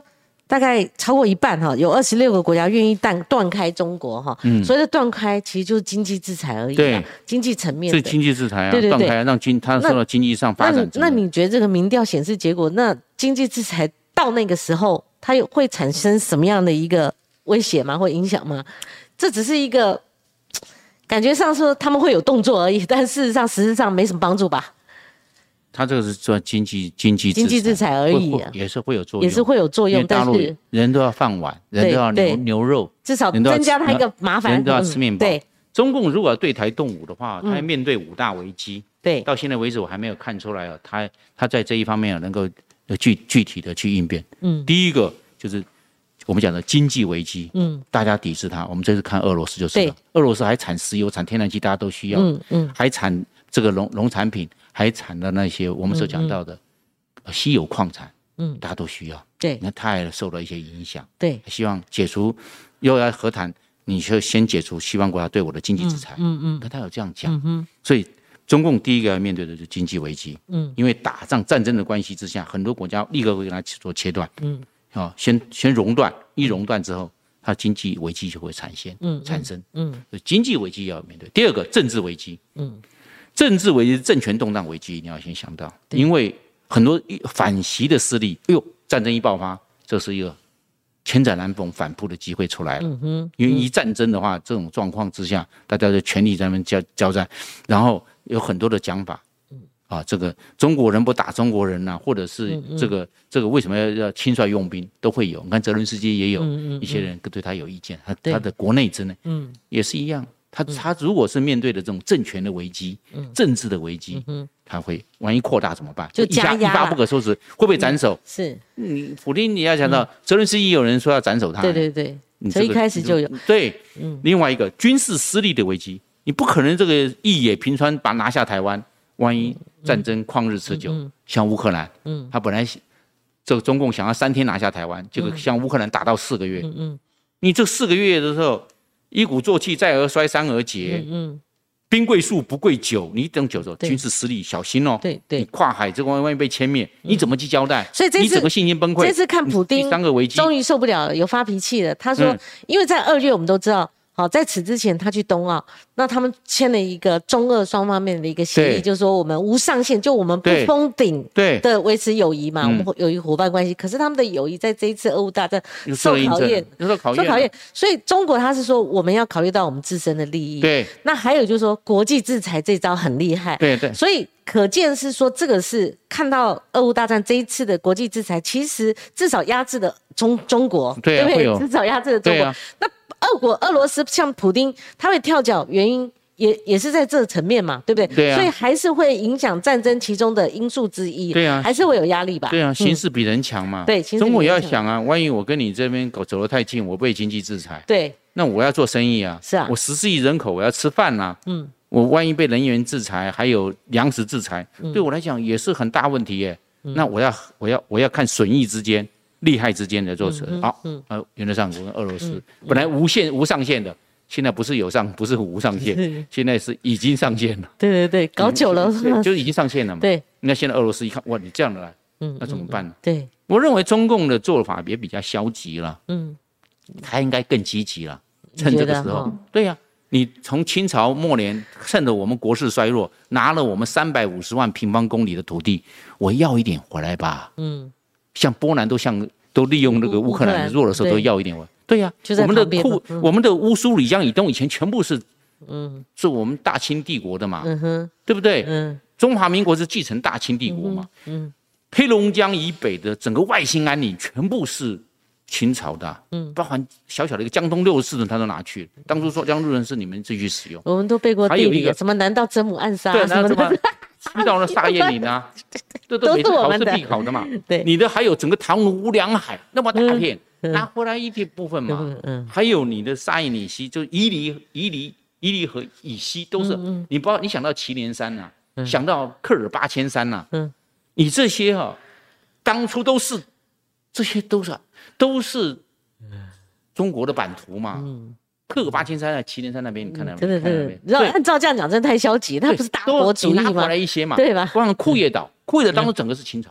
大概超过一半哈，有26个国家愿意断开中国哈。所谓的断开其实就是经济制裁而已。对，经济层面的。 是经济制裁啊，断开让他受到经济上发展。 那你觉得这个民调显示结果，那经济制裁到那个时候，它会产生什么样的一个威胁吗？或影响吗？这只是一个感觉上说他们会有动作而已，但事实上没什么帮助吧？ 他这个是做经济制裁而已， 也是会有作用， 因为大陆人都要饭碗，人都要牛肉， 至少增加他一个麻烦， 人都要吃面包。 对， 中共如果要对台动武的话，他要面对5大危机。 对， 到现在为止我还没有看出来他在这一方面能够具体的去应变。第一个就是我们讲的经济危机，大家抵制它。我们这次看俄罗斯就是了，俄罗斯还产石油、产天然气，大家都需要，还产这个农产品。还产的那些我们所讲到的稀有矿产，大家都需要。对，那他也受到一些影响。对，希望解除，又要和谈，你就先解除西方国家对我的经济制裁。可他有这样讲。所以中共第一个要面对的是经济危机。因为战争的关系之下，很多国家立刻会跟他做切断。先熔断，一熔断之后，它经济危机就会产生。经济危机要面对。第二个政治危机。政治危机、政权动荡危机，你要先想到，因为很多反袭的势力，战争一爆发，这是一个千载难逢反扑的机会出来了。因为一战争的话，这种状况之下，大家的权力在那边交战，然后有很多的讲法，这个中国人不打中国人啊，或者是这个为什么要轻率用兵，都会有。你看泽伦斯基也有一些人对他有意见，他的国内之内，也是一样。他如果是面对的这种政权的危机、政治的危机，他会万一扩大怎么办？ 就加压， 一发不可收拾，会不会斩首？ 是， 普丁你要想到，泽伦斯基有人说要斩首他， 对，所以一开始就有。 对，另外一个军事失利的危机，你不可能这个一野平川把拿下台湾，万一战争旷日持久，像乌克兰，他本来这个中共想要3天拿下台湾，结果像乌克兰打到4个月，你这4个月的时候。一鼓作气，再而衰，三而竭。兵贵树不贵久，你等久之后，军事失利，小心哦。对，你跨海这个万一被歼灭，你怎么去交代？ 所以这次你整个信心崩溃。 这次看普丁第3个危机， 终于受不了了，有发脾气了。他说，因为在2月我们都知道。好，在此之前他去冬奥，那他们签了一个中俄双方面的一个协议，就是说我们无上限，就我们不封顶的维持友谊嘛，我们有一个伙伴关系。可是他们的友谊在这一次俄乌大战受考验，所以中国他是说我们要考虑到我们自身的利益。对，那还有就是说国际制裁这招很厉害。对，所以可见是说这个是看到俄乌大战这一次的国际制裁，其实至少压制了中国，对不对？至少压制了中国。那俄罗斯像普丁，他会跳脚，原因也是在这层面嘛，对不对？对啊。所以还是会影响战争其中的因素之一。对啊。还是会有压力吧？对啊， 形势比人强嘛。对，中国也要想啊，万一我跟你这边走得太近，我被经济制裁。对。那我要做生意啊。是啊。我14亿人口，我要吃饭啊。我万一被能源制裁，还有粮食制裁，对我来讲也是很大问题耶。那我要看损益之间。利害之间的做成，原则上我跟俄罗斯本来无上限的，现在不是不是无上限，现在是已经上限了。对，搞久了就已经上限了嘛。对，那现在俄罗斯一看，哇，你这样的来，那怎么办呢？ 对， 我认为中共的做法也比较消极了，他应该更积极了，趁这个时候。对呀，你从清朝末年趁着我们国势衰弱，拿了我们350万平方公里的土地，我要一点回来吧。像波兰都利用那个乌克兰弱的时候都要一点。对呀，我们的乌苏里江以东以前全部是我们大清帝国的嘛，对不对？中华民国是继承大清帝国嘛。黑龙江以北的整个外兴安岭全部是清朝的，包含小小的一个江东64人他都拿去了。当初说江路人是你们继续使用， 我们都背过地理，什么难道真母暗杀什么的。 去到了沙叶岭啊，这都每次考试必考的嘛。对，你的还有整个唐努两海那么大片，拿回来一点部分嘛。还有你的沙叶岭西，就伊犁河以西都是。你包你想到祁连山啊，想到克尔巴千山啊，你这些当初这些都是中国的版图嘛。克尔巴千山在祁连山那边，你看到没？ 对，按照这样讲，真的太消极。他不是大国主义吗？ 拿过来一些嘛， 对吧？ 光库页岛当初整个是清朝，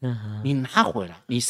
你拿回来，你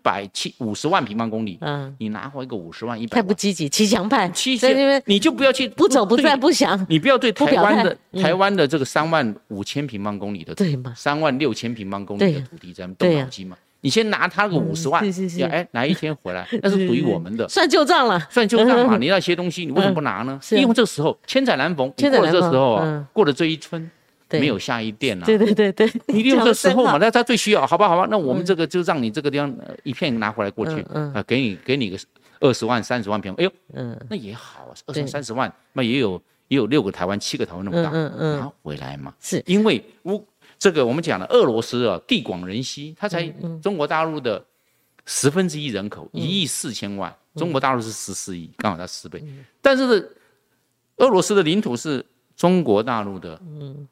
350万平方公里，你拿回个50万、100万， 太不积极，骑墙派， 你就不要去不走不战不降， 你不要对台湾的这个35000平方公里的，对吗？36000平方公里的土地在动脑筋嘛。你先拿他个50万，哪一天回来，那是属于我们的， 算旧账了， 算旧账嘛。你那些东西，你为什么不拿呢？因为这个时候千载难逢，过了这时候啊，过了这一春。没有下一店啊！ 对， 你利用这时候嘛，那他最需要，好吧，那我们这个就让你这个地方一片拿回来过去，给你个20万、30万平，哎呦，那也好啊，20万、30万，那也有6个台湾、7个台湾那么大，拿回来嘛。 是因为这个我们讲了，俄罗斯啊，地广人稀，它才中国大陆的1/10人口，1亿4千万，中国大陆是14亿，刚好它10倍，但是呢，俄罗斯的领土是中国大陆的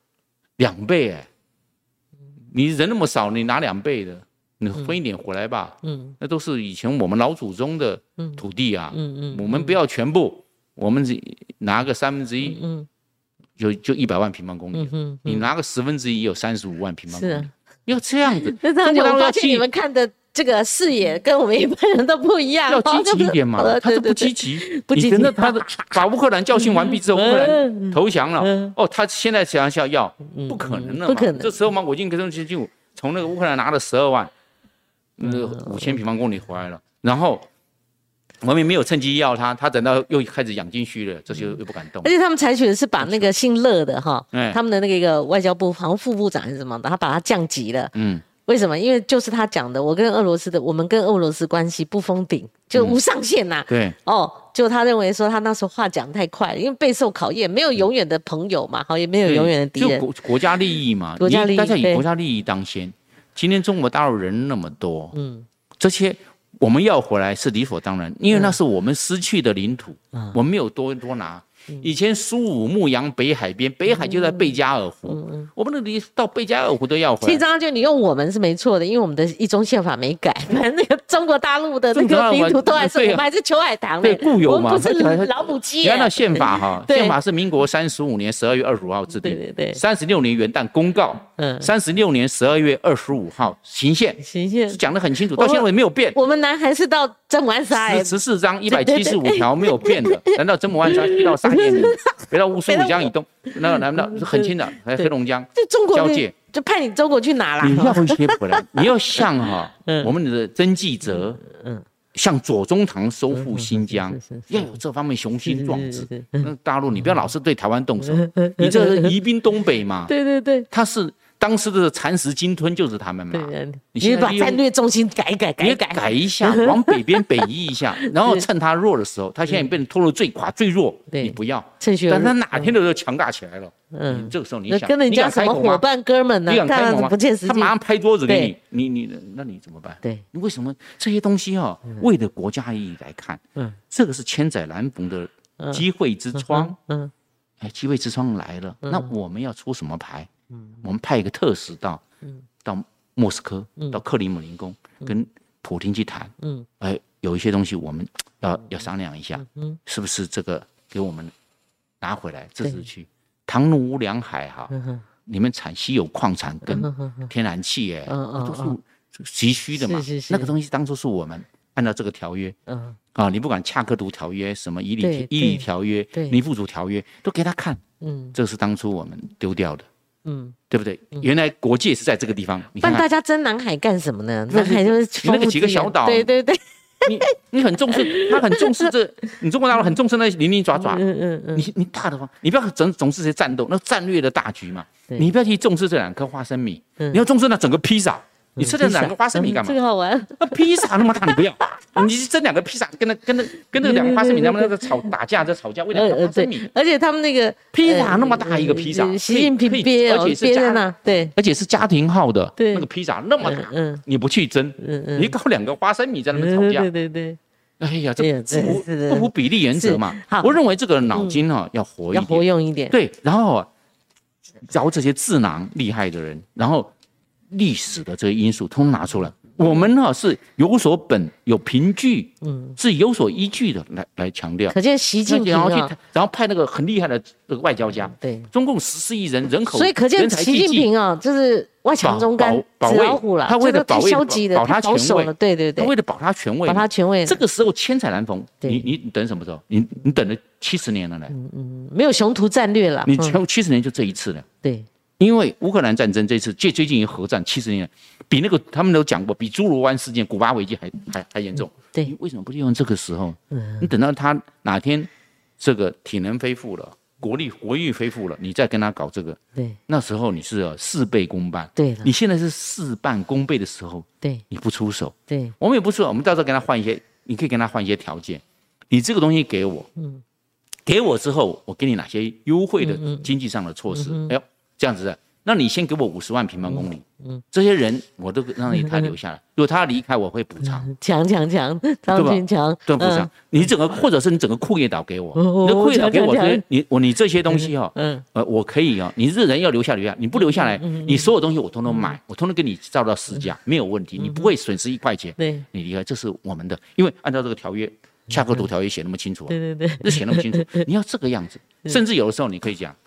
2倍你人那么少，你拿2倍的，你分一点回来吧。那都是以前我们老祖宗的土地啊。我们不要全部，我们拿个1/3，就100万平方公里。你拿个1/10也有35万平方公里。要这样子， 我发现你们看的这个视野跟我们一般人都不一样， 要积极一点嘛。他是不积极，你等到他把乌克兰教训完毕之后，乌克兰投降了，他现在想要，不可能了嘛。这时候嘛，我已经就从那个乌克兰拿了12万5000平方公里回来了，然后我们也没有趁机要他等到又开始养精蓄锐，这些又不敢动。而且他们采取的是把那个姓乐的他们的那个外交部好像副部长还是什么的，他把他降级了。为什么？因为就是他讲的，我们跟俄罗斯关系不封顶，就无上限呐。 对， 就他认为说他那时候话讲太快，因为备受考验，没有永远的朋友嘛，也没有永远的敌人。 就国家利益嘛，大家以国家利益当先。今天中国大陆人那么多，这些我们要回来是理所当然，因为那是我们失去的领土，我们没有多拿。以前苏武牧羊北海边，北海就在贝加尔湖，我们那里到贝加尔湖都要回来。 其实张就你用我们是没错的，因为我们的一中宪法没改，那个中国大陆的那个领土都还是我们还是秋海棠， 对，固有嘛， 不是老母鸡。 原来宪法宪法是民国35年12月25号制定，对，36年元旦公告，36年12月25号行宪，是讲得很清楚，到现在也没有变。 我们南韩是到曾母暗沙 14章175条没有变的，难道曾母暗沙去到沙耶北到乌苏里江以东，那难道是很近的？还有黑龙江交界， 就派你中国去拿啦。 你要回来，你要像我们的曾纪泽，像左宗棠收复新疆，要有这方面雄心壮志。那大陆你不要老是对台湾动手，你这是移兵东北嘛？ 对， 他是。当时的蚕食鲸吞就是他们嘛， 你把战略重心改一下，往北边北移一下，然后趁他弱的时候，他现在被拖得最垮最弱，你不要，但他哪天的时候强大起来了，这个时候你想， 跟人家什么伙伴哥们呢？ 你敢开口吗？ 不切实际， 他马上拍桌子给你，那你怎么办？ 对， 你为什么这些东西为了国家意义来看，这个是千载难逢的机会之窗，机会之窗来了，那我们要出什么牌？我们派一个特使到莫斯科，到克里姆林宫，跟普丁去谈。有一些东西我们要商量一下，是不是这个给我们拿回来自治区？唐努两海你们产稀有矿产跟天然气，都是急需的嘛。那个东西当初是我们按照这个条约，你不管恰克图条约、什么伊里条约、尼布楚条约，都给他看。这是当初我们丢掉的。对不对？原来国界是在这个地方。 不然大家争南海干什么呢？南海就是那个几个小岛。 对， 你很重视，他很重视你中国大陆很重视那零零爪爪。你大的话，你不要总是些战斗，那战略的大局嘛。你不要去重视这2颗花生米，你要重视那整个披萨。你吃了2个花生米干嘛？ 这个好玩。 那披萨那么大，你不要。你蒸2个披萨，跟那2个花生米，他们那个打架，为了花生米。 而且他们那个披萨那么大一个披萨， 习近平憋， 而且是而且是家庭号的那个披萨那么大，你不去蒸，你搞2个花生米在那边吵架， 对。 哎呀，这不符比例原则嘛。我认为这个脑筋要活用一点。 对，然后找这些智囊厉害的人，然后历史的这个因素通拿出来， 我们呢是有所本有凭据，是有所依据的来强调。 可见习近平然后派那个很厉害的那个外交家， 对， 中共14亿人口， 所以可见习近平就是外强中干，纸老虎了。 他为了保他保守了，对， 他为了保他权威，这个时候千载难逢。你等什么时候？你等了70年了呢？ 没有雄图战略了。 你70年就这一次了。 对。 因为乌克兰战争这次最近一个核战70年，比那个他们都讲过，比侏罗湾事件、古巴危机还严重。 对， 你为什么不利用这个时候？你等到他哪天这个体能恢复了，国力恢复了，你再跟他搞这个。 对， 那时候你是事倍功半。 对， 你现在是事半功倍的时候。 对， 你不出手。 对， 我们也不出手，我们到时候跟他换一些，你可以跟他换一些条件。你这个东西给我，给我之后，我给你哪些优惠的经济上的措施？哎呦，这样子的。那你先给我50万平方公里，这些人我都让他留下来。如果他离开，我会补偿。 强，张军强， 对补偿。你整个，或者是你整个库页岛给我，你的库页岛给我，你这些东西我可以你这人要留下，你不留下来，你所有东西我通通买，我通通给你照到市价，没有问题，你不会损失1块钱。 对， 你离开，这是我们的，因为按照这个条约，夏克图条约写那么清楚， 对， 这写那么清楚，你要这个样子，甚至有的时候你可以讲，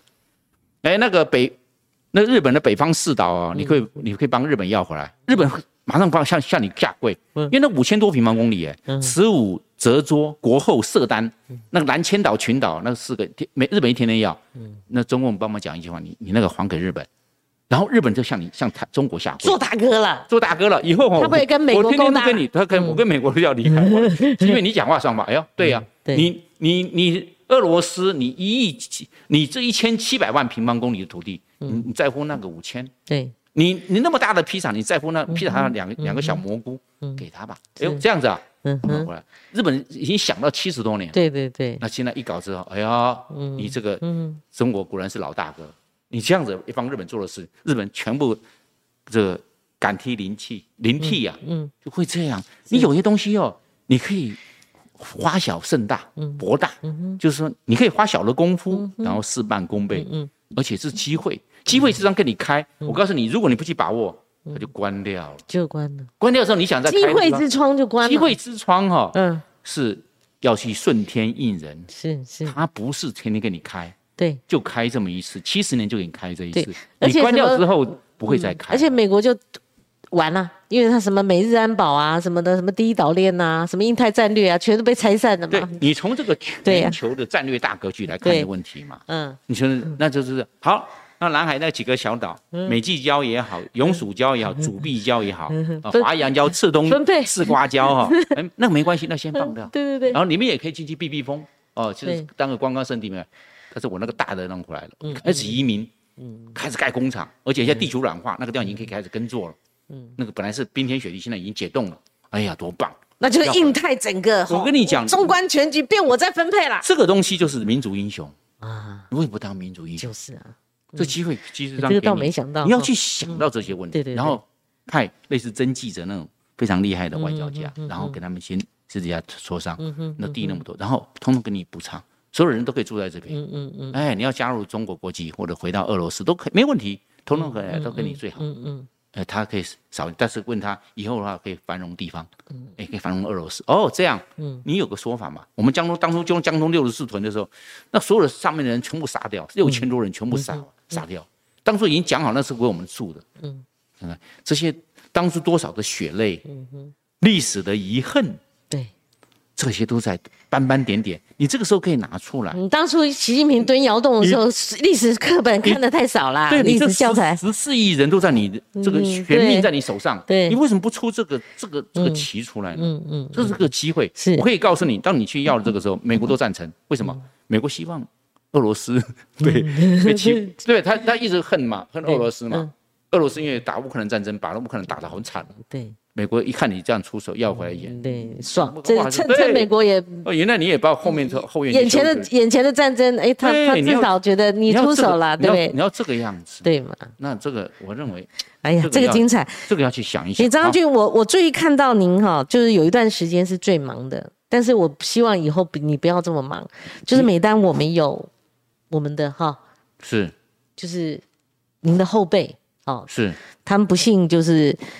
那日本的北方四岛你可以帮日本要回来，日本马上向你下跪，因为那5000多平方公里15泽州、国后、色丹，那个南千岛群岛那4个，日本一天天要，那中共帮忙讲一句话，你那个还给日本，然后日本就向中国下跪， 做大哥了， 以后他会跟美国勾搭， 我跟美国都要离开，因为你讲话算吧，哎呦，对呀，你俄罗斯，你1亿，你这1700万平方公里的土地，你在乎那个5000？ 对， 你那么大的披萨，你在乎那披萨上两个小蘑菇，给他吧。哎呦，这样子啊，日本已经想到70多年， 对。 那现在一搞之后，哎呀，你这个中国果然是老大哥，你这样子一帮日本做的事，日本全部这个感激临涕啊，就会这样。你有些东西你可以花小胜大，博大，就是说你可以花小的功夫，然后事半功倍，而且是机会时常跟你开。我告诉你，如果你不去把握，它就关掉了，关掉的时候，你想再开， 机会之窗就关了。 机会之窗是要去顺天应人， 是， 它不是天天给你开， 对， 就开这么一次，70年就给你开这一次，你关掉之后不会再开， 而且美国就完了，因为他什么美日安保啊，什么的，什么第一岛链啊，什么印太战略啊，全都被拆散了嘛。 对，你从这个全球的战略大格局来看的问题嘛，你说那就是好。那南海那几个小岛，美济礁也好，永暑礁也好，主碧礁也好，华阳礁、赤东、赤瓜礁那没关系，那先放掉。 对。 然后你们也可以进去避风其实当个观光胜地嘛。可是我那个大的弄回来了，开始移民，开始盖工厂，而且现在地球软化，那个地方已经可以开始耕作了。那个本来是冰天雪地，现在已经解冻了。哎呀，多棒！ 那就是印太整个， 我跟你讲， 纵观全局，变我在分配了。 这个东西就是民族英雄啊！你为什么不当民族英雄？ 就是啊。 这机会其实这个倒没想到， 你要去想到这些问题， 对， 然后派类似曾记者那种非常厉害的外交家，然后跟他们先私底下磋商，那地那么多，然后通通给你补偿，所有人都可以住在这边，你要加入中国国籍或者回到俄罗斯都可以，没问题，通通回来都给你最好，他可以少，但是问他以后的话可以繁荣地方，可以繁荣俄罗斯。这样，你有个说法嘛？我们当初就用江东64屯的时候，那所有的上面的人全部杀掉，6000多人全部杀掉。当初已经讲好那是为我们住的，看看这些当初多少的血泪，历史的遗恨， 对， 这些都在斑斑点点。你这个时候可以拿出来。 你当初习近平蹲窑洞的时候，历史课本看得太少啦，历史教材 14亿人都在你的这个全命在你手上，你为什么不出这个棋出来呢？这是个机会。我可以告诉你，当你去要的这个时候，美国都赞成。为什么？美国希望俄罗斯对他一直恨俄罗斯嘛。俄罗斯因为打乌克兰战争，把乌克兰打得很惨了。对。美国一看你这样出手要回来演， 对，爽，这趁美国也原来你也把后院眼前的战争，他至少觉得你出手了，对不对？ 你要这个样子， 对嘛？ 那这个我认为， 哎呀，这个精彩， 这个要去想一想。 张俊，我注意看到您就是有一段时间是最忙的，但是我希望以后你不要这么忙，就是每当我们有我们的就是您的后辈是他们不幸就是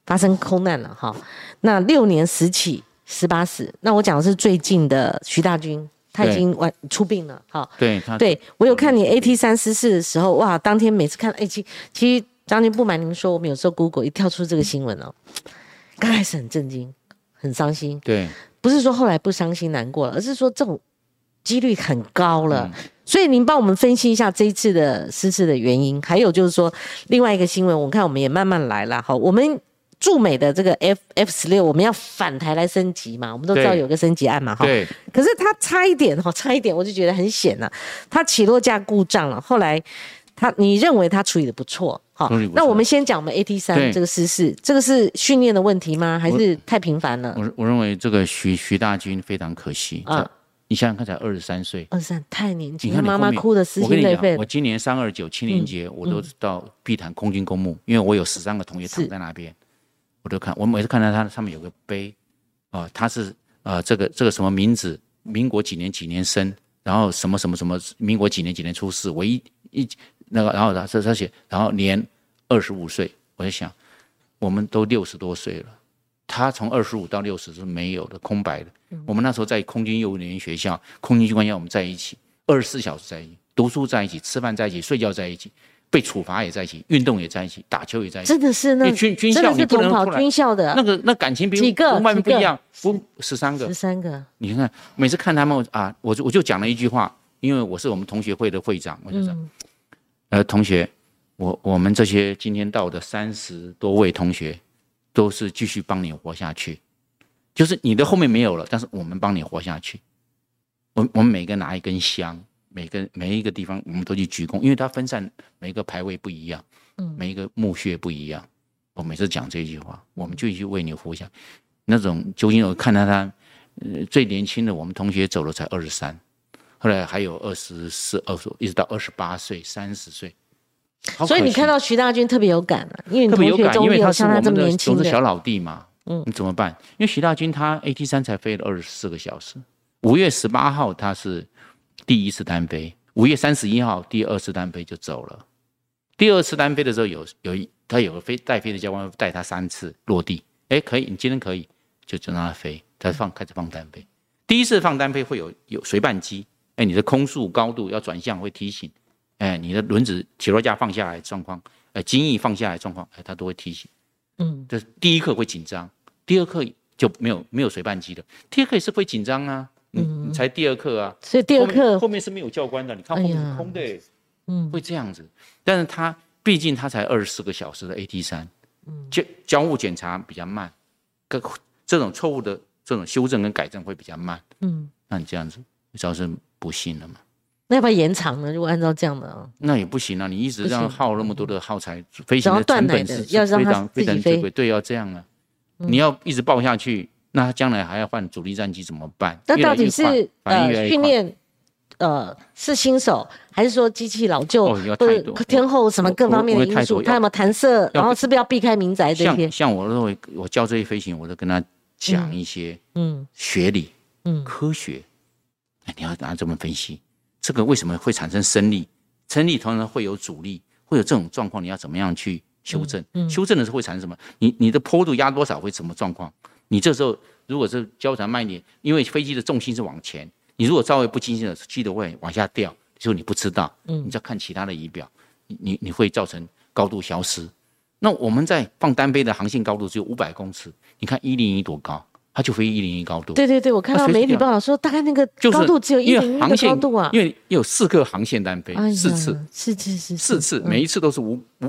发生空难了哈。那6年10起18死。那我讲的是最近的徐大军，他已经出殡了哈。对，我有看你 AT3失事的时候，哇，当天每次看，其实将军不瞒您说，我们有时候 Google 一跳出这个新闻哦，刚开始很震惊，很伤心。 对， 不是说后来不伤心难过了，而是说这种几率很高了。所以您帮我们分析一下这一次的失事的原因，还有就是说另外一个新闻，我看我们也慢慢来了哈。我们驻美的这个 F16，我们要返台来升级嘛，我们都知道有个升级案嘛哈。 对。 可是他差一点，我就觉得很险了，他起落架故障了，后来你认为他处理的不错。好，那我们先讲我们 AT3 这个失事，这个是训练的问题吗？还是太频繁了？ 我认为这个徐大军非常可惜啊。你想想看，才23岁 ，23太年轻，妈妈哭的撕心裂肺。 我今年329青年节，我都到碧潭空军公墓，因为我有13个同学躺在那边，我都看，我每次看到他上面有个碑，他是这个什么名字，民国几年几年生，然后什么什么什么，民国几年几年出世，我那个，然后他写，然后年25岁，我在想，我们都60多岁了。他从25到60是没有的，空白的。我们那时候在空军幼儿园学校、空军军官校，我们在一起，24小时在一起，读书在一起，吃饭在一起，睡觉在一起，被处罚也在一起，运动也在一起，打球也在一起。 真的是那军校，你不能跑军校的那感情比外面不一样。13个。你看，每次看他们啊，我就讲了一句话，因为我是我们同学会的会长，我就说，同学，我们这些今天到的30多位同学。都是继续帮你活下去，就是你的后面没有了，但是我们帮你活下去。我们每个拿一根香，每一个地方我们都去鞠躬，因为它分散每一个牌位不一样，每一个墓穴不一样。我每次讲这句话，我们就去为你活下。那种究竟我看到他，最年轻的我们同学走了才23，后来还有24、25，一直到28岁、30岁。 所以你看到徐大军特别有感了，因为你特别有感，因为他是我们的总是小老弟嘛。你怎么办？因为徐大军他 AT3 才飞了24个小时，5月18号他是第一次单飞，5月31号第2次单飞就走了。第2次单飞的时候他有个带飞的教官带他3次落地，可以，你今天可以，就让他飞，他开始放单飞。第一次放单飞会有随伴机，你的空速高度要转向会提醒。你的轮子起落架放下来状况，襟翼放下来状况，他都会提醒。这第一课会紧张，第二课就没有随伴机的，第二课也是会紧张啊。你才第2课啊， 所以第2课后面是没有教官的，你看后面是空的，会这样子。但是他毕竟他才24个小时的 AT3，交互检查比较慢，这种错误的这种修正跟改正会比较慢。那你这样子造成不幸了嘛？ 那要不要延长呢？如果按照这样的， 那也不行啊！你一直这样耗那么多的耗材，飞行的成本是非常非常珍贵。对，要这样啊！你要一直爆下去，那他将来还要换主力战机怎么办？ 那到底是训练是新手，还是说机器老旧，或者天候什么各方面的因素？他有没有弹射？然后是不是要避开民宅这些？ 像我认为，我教这些飞行，我都跟他讲一些学理、科学。你要拿这么分析。这个为什么会产生升力？升力同时会有阻力，会有这种状况，你要怎么样去修正？修正的时候会产生什么？你的坡度压多少会什么状况？你这时候如果是交谈慢一点，因为飞机的重心是往前，你如果稍微不精心的机头会往下掉，就你不知道，你再看其他的仪表，你会造成高度消失。那我们在放单飞的航线高度只有500公尺，你看101多高？它就飞101高度。 对，我看到媒体报道说，大概那个高度只有101的高度啊。 因为有4个航线单飞，4次，4次，每一次都是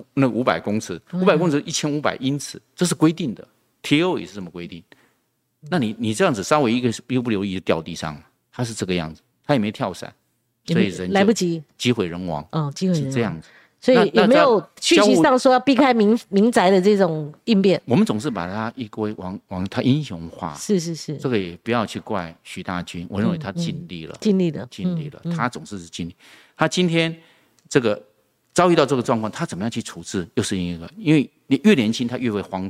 500公尺，500公尺1500英尺，这是规定的 ，TO 也是这么规定。那你这样子稍微一个不留意就掉地上，它是这个样子，它也没跳伞，所以人来不及， 机毁人亡。 机毁人亡是这样子。 所以有没有讯息上说要避开民宅的这种应变？ 我们总是把它一归往他英雄化。 是， 这个也不要去怪徐大军，我认为他尽力了， 尽力了， 他总是尽力。他今天这个遭遇到这个状况，他怎么样去处置？又是一个，因为你越年轻，他越会慌张，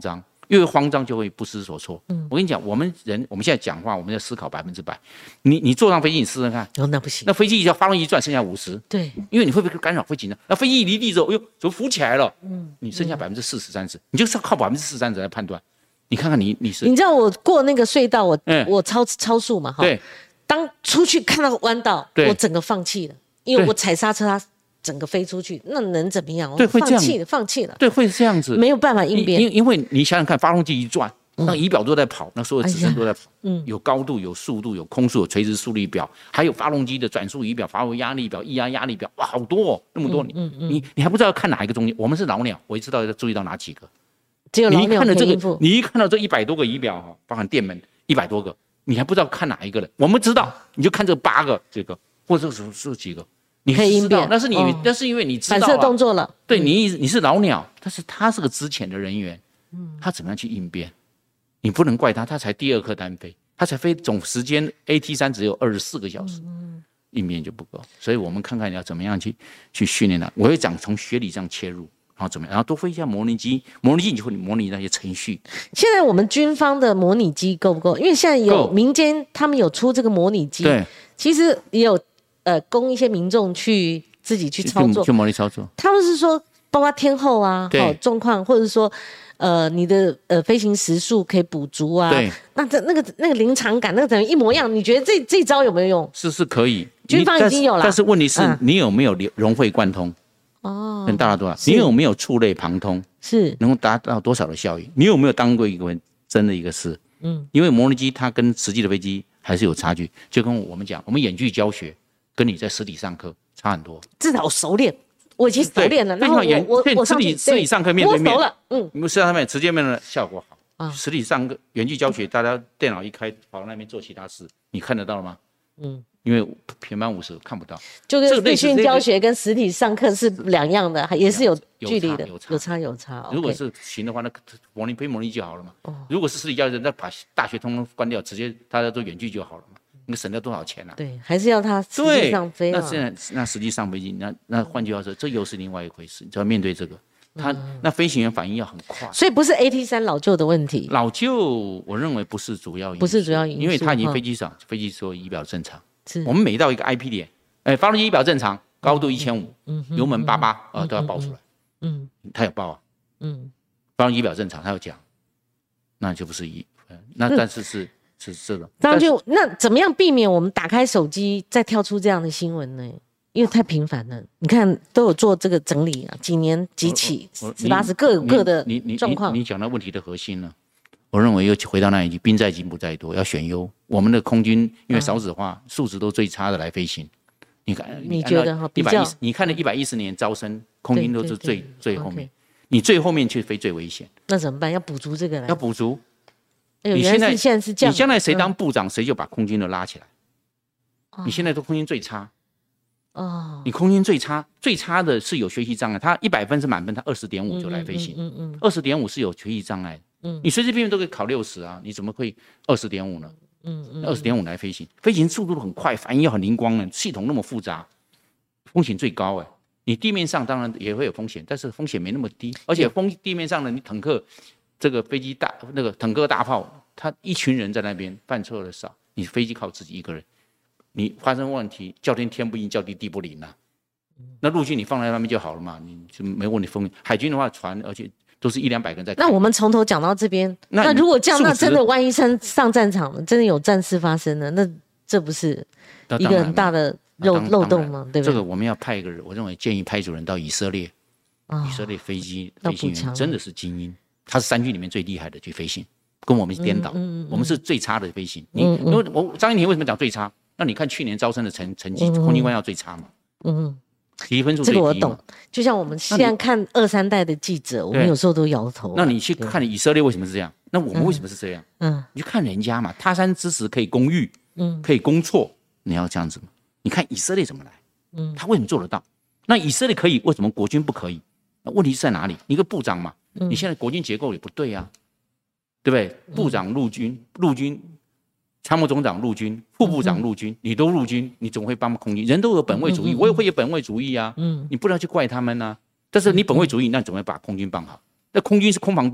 越慌张就会不知所措。我跟你讲，我们现在讲话，我们要思考100%。你坐上飞机，你试试看。 那不行。 那飞机要发动机转，剩下50。 对。 因为你会不会干扰，会紧张？那飞机一离地之后，哎呦，怎么浮起来了？你剩下40%、30%，你就是要靠40%、30%来判断。你看看你是。你知道我过那个隧道，我超速嘛哈。 对。 当出去看到弯道，我整个放弃了，因为我踩刹车，它整个飞出去，那能怎么样？ 对，会这样， 放弃了。 对，会这样子， 没有办法应变。 因为你想想看，发动机一转，那仪表都在跑，那所有指针都在跑，有高度、有速度、有空速、有垂直速率表，还有发动机的转速仪表、阀油压力表、液压压力表，哇，好多哦，那么多，你还不知道看哪一个中间？我们是老鸟，我知道要注意到哪几个。 只有老鸟可以应付。 你一看到这100多个仪表哈，包含电门100多个。你还不知道看哪一个了？我们知道，你就看这8个，这个或者是几个，你可以应变。 那是因为你知道反射动作了。 对你是老鸟，但是他是个资浅的人员，他怎么样去应变？你不能怪他，他才第2颗单飞，他才飞总时间 AT3只有24个小时，应变就不够。所以我们看看你要怎么样去训练他。我会讲从学理上切入。然后怎么样？然后多飞一下模拟机，你就会模拟那些程序。 现在我们军方的模拟机够不够？因为现在有民间他们有出这个模拟机， 对， 其实也有供一些民众去自己去操作， 去模拟操作。 他们是说，包括天候啊，状况，或者说你的飞行时速可以补足啊。 对， 那个临场感，那个等于一模一样。你觉得这招有没有用？ 是可以， 军方已经有了， 但是问题是你有没有融会贯通？能达到多少？你有没有触类旁通？ 是能够达到多少的效益？你有没有当过一个真的一个事？因为模拟机它跟实际的飞机还是有差距，就跟我们讲，我们远距教学跟你在实体上课差很多。 至少熟练，我已经熟练了。然后我实体上课面对面， 我熟了， 实际上面直接面的效果好。实体上课远距教学，大家电脑一开，跑到那边做其他事，你看得到了吗？因为平板50看不到， 就跟视讯教学跟实体上课是两样的，也是有距离的，有差。 如果是行的话，那飞模拟就好了嘛。如果是实体教学，那把大学通通关掉，直接大家都远距就好了嘛。你省掉多少钱啊？ 对，还是要他实际上飞。 那实际上飞机，那换句话说，这又是另外一回事，你就要面对这个。那飞行员反应要很快， 所以不是 AT3 老旧的问题。 老旧，我认为不是主要因素，因为它已经飞机所有仪表正常。我们每到一个 IP 点，发动机仪表正常，高度1500，油门88，都要报出来。他有报啊。发动机仪表正常，他有讲，那就不是那但是是这种。 那怎么样避免我们打开手机再跳出这样的新闻呢？因为太频繁了，你看都有做这个整理啊，几年几起，18各有各的状况。 你讲到问题的核心了。我认为又回到那一句，兵在精不在多，要选优。我们的空军因为少子化，素质都最差的来飞行。你看， 你觉得比较？ 你看了110年招生，空军都是最后面，你最后面去飞最危险。 那怎么办？要补足这个来。 要补足。 你现在是这样。 你将来谁当部长，谁就把空军都拉起来。你现在都空军最差。你空军最差的是有学习障碍，他100分是满分，他20.5就来飞行。20.5是有学习障碍。你随随便便都可以考60啊，你怎么会20.5呢？20.5来飞行，飞行速度很快，反应又很灵光呢，系统那么复杂，风险最高哎。你地面上当然也会有风险，但是风险没那么低，而且地面上的你坦克这个飞机那个坦克大炮，他一群人在那边犯错的少，你飞机靠自己一个人，你发生问题，叫天不应，叫地不灵啊。那陆军你放在那边就好了嘛，你就没问题。海军的话，船而且都是100-200个人在开。 那我们从头讲到这边，那如果这样，那真的万一上战场了，真的有战事发生了，那这不是一个很大的漏洞吗？对不对？ 这个我们要派一个人，我认为建议派主任到以色列，以色列飞行员真的是精英，他是3军里面最厉害的去飞行，跟我们颠倒，我们是最差的飞行。张英庭为什么讲最差？那你看去年招生的成绩，空军官要最差嘛？提分数最低嘛。这个我懂。 就像我们现在看2、3代的记者，我们有时候都摇头。 那你去看以色列为什么是这样？那我们为什么是这样？你去看人家嘛，他山之石可以攻玉，可以攻错，你要这样子嘛？你看以色列怎么来？他为什么做得到？那以色列可以，为什么国军不可以？那问题是在哪里？你一个部长嘛，你现在国军结构也不对啊，对不对？部长陆军参谋总长陆军，副部长陆军，你都陆军，你总会帮空军？人都有本位主义，我也会有本位主义啊。你不能去怪他们啊。但是你本位主义，那怎么把空军办好？那空军是空防第一，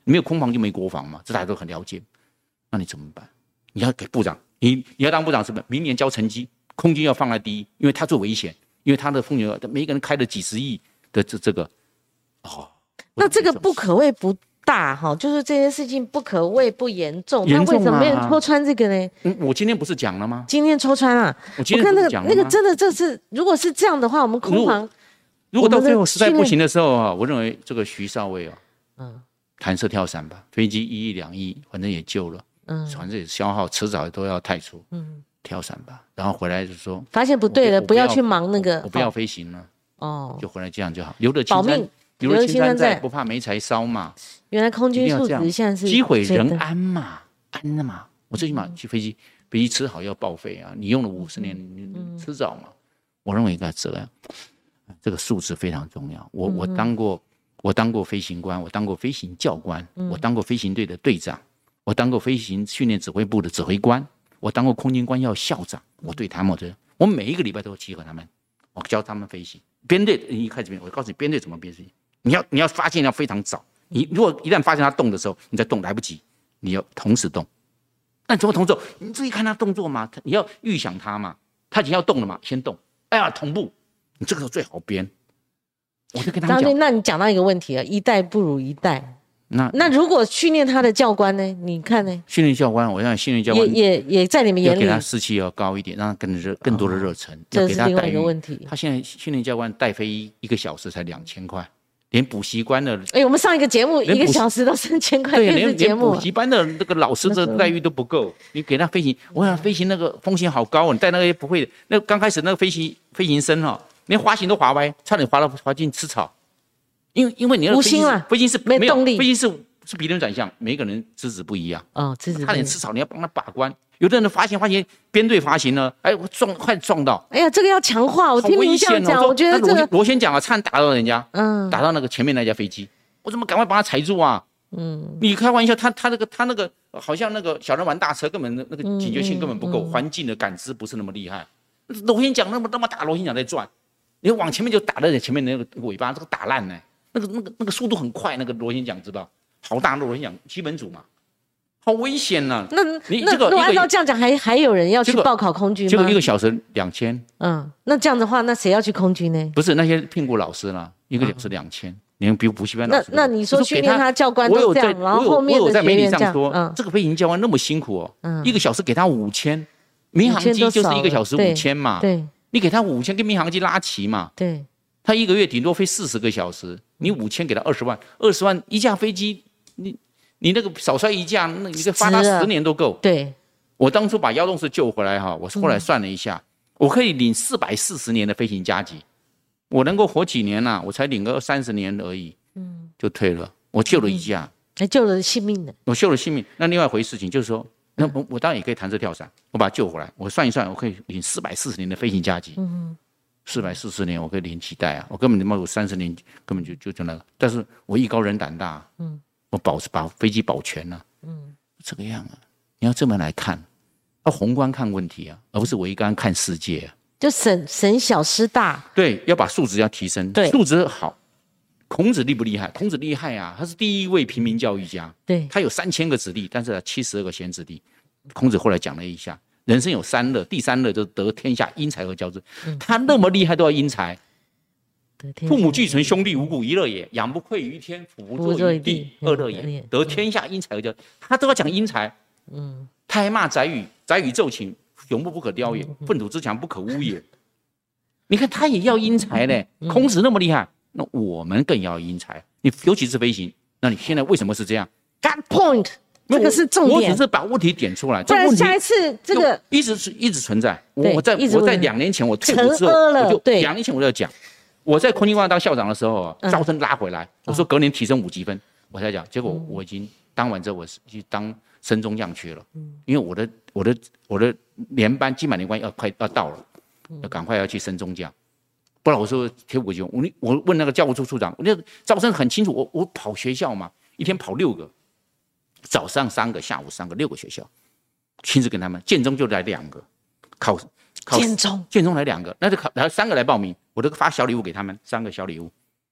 没有空防就没国防嘛，这大家都很了解。那你怎么办？你要给部长，你要当部长是不是？明年交成绩，空军要放在第一，因为他最危险，因为他的风险，每一个人开了几十亿的这个， 那这个不可谓不大哈，就是这件事情不可谓不严重。那为什么没人戳穿这个呢？ 我今天不是讲了吗？ 今天戳穿啊！我看那个真的，这是如果是这样的话，我们空防如果到最后实在不行的时候啊，我认为这个徐少尉弹射跳伞吧，飞机1亿2亿，反正也救了，反正也消耗，迟早都要汰除，跳伞吧，然后回来就说发现不对了，不要去忙那个， 我不要飞行了，就回来这样就好，留着青山，留着青山在，不怕没柴烧嘛。原来空军素质现在是机毁人安嘛，安了嘛，我最起码去飞机吃好要报废啊，你用了50年，你迟早嘛，我认为应该这样，这个素质非常重要。我当过飞行官，我当过飞行教官，我当过飞行队的队长，我当过飞行训练指挥部的指挥官，我当过空军官校校长。我对他们，我每一个礼拜都会集合他们，我教他们飞行。编队一开始，我告诉你编队怎么编飞，你要发现要非常早。你如果一旦发现他动的时候，你再动来不及，你要同时动。那怎么同时动？你注意看他动作嘛，你要预想他嘛，他已经要动了嘛，先动。哎呀，同步，你这个时候最好编。我就跟他们讲， 那你讲到一个问题了，一代不如一代。那如果训练他的教官呢？你看呢？训练教官，我想训练教官也在你们眼里，要给他士气要高一点，让他更多的热忱，要给他待遇。他现在训练教官带飞1个小时才2000块，连补习班的，我们上一个节目1个小时都3000块，对，连补习班的那个老师的待遇都不够。你给他飞行，我想飞行那个风险好高，你带那个不会的，那刚开始那个飞行生连滑行都滑歪，差点滑进吃草，因为你的飞行是没动力，飞行是比人转向，每个人资质不一样差点吃草，你要帮他把关。有的人发行编队滑行呢，快撞到，哎呀，这个要强化。我听你这样讲，我觉得这个螺旋桨差点打到人家，打到那个前面那架飞机，我怎么赶快把它踩住啊？你开玩笑，他那个好像那个小人玩大车，根本那个警觉性根本不够，环境的感知不是那么厉害。螺旋桨那么大螺旋桨在转。你往前面就打在前面的那个尾巴，这个打烂呢，那个速度很快，那个螺旋桨知道，好大的螺旋桨，基本组嘛，好危险呐！那如果按照这样讲，还有人要去报考空军吗？结果1个小时2000，那这样的话，那谁要去空军呢？不是那些聘雇老师啦，1个小时2000，你们比如补习班老师。那你说训练他教官都这样，然后后面的在媒体上说，这个飞行教官那么辛苦1个小时给他5000，民航机就是1个小时5000嘛，对。你给他5000，跟民航机拉齐嘛？对，他1个月顶多飞40个小时，你5000给他20万，20万一架飞机，你那个少摔一架，那一个发他10年都够。对，我当初把幺洞四救回来我后来算了一下，我可以领440年的飞行加级，我能够活几年啊？我才领个30年而已，就退了。我救了一架，还救了性命呢。我救了性命。那另外一回事情就是说。那我当然也可以弹射跳伞，我把它救回来。我算一算，我可以领440年的飞行加级。440年我可以领几代啊？我根本就30年，根本就那个。但是我艺高人胆大，我把飞机保全了。这个样啊，你要这么来看，要宏观看问题啊，而不是微观看世界啊。就省小失大。对，要把素质要提升，素质好。孔子厉不厉害？孔子厉害啊，他是第一位平民教育家。对，他有3000个子弟，但是72个贤子弟。孔子后来讲了一下，人生有3乐，第3乐就是得天下英才而教之。他那么厉害都要英才。父母俱存，兄弟无故，一乐也；养不愧于天，俯不作于地，2乐也。得天下英才而教，他都要讲英才。他还骂宰予，宰予奏请，朽木不可雕也，粪土之强不可污也。你看他也要英才嘞，孔子那么厉害。那我们更要英才，你尤其是飞行，那你现在为什么是这样 ？Got point， 这个是重点。我只是把问题点出来，不然下一次这个一直存在。我在2年前我退伍之后，我就2年前我就讲，我在空军官当校长的时候招生拉回来，我说隔年提升5级分，我才讲，结果我已经当完之后，我去当升中将去了，因为我的连班金满连官要到了，要赶快要去升中将。不然我说贴补就我问那个教务处处长，我那招生很清楚，我跑学校嘛，一天跑6个，早上3个，下午3个，6个学校，亲自跟他们，建中就来2个，考建中来2个，那就考，然后3个来报名，我都发小礼物给他们，3个小礼物，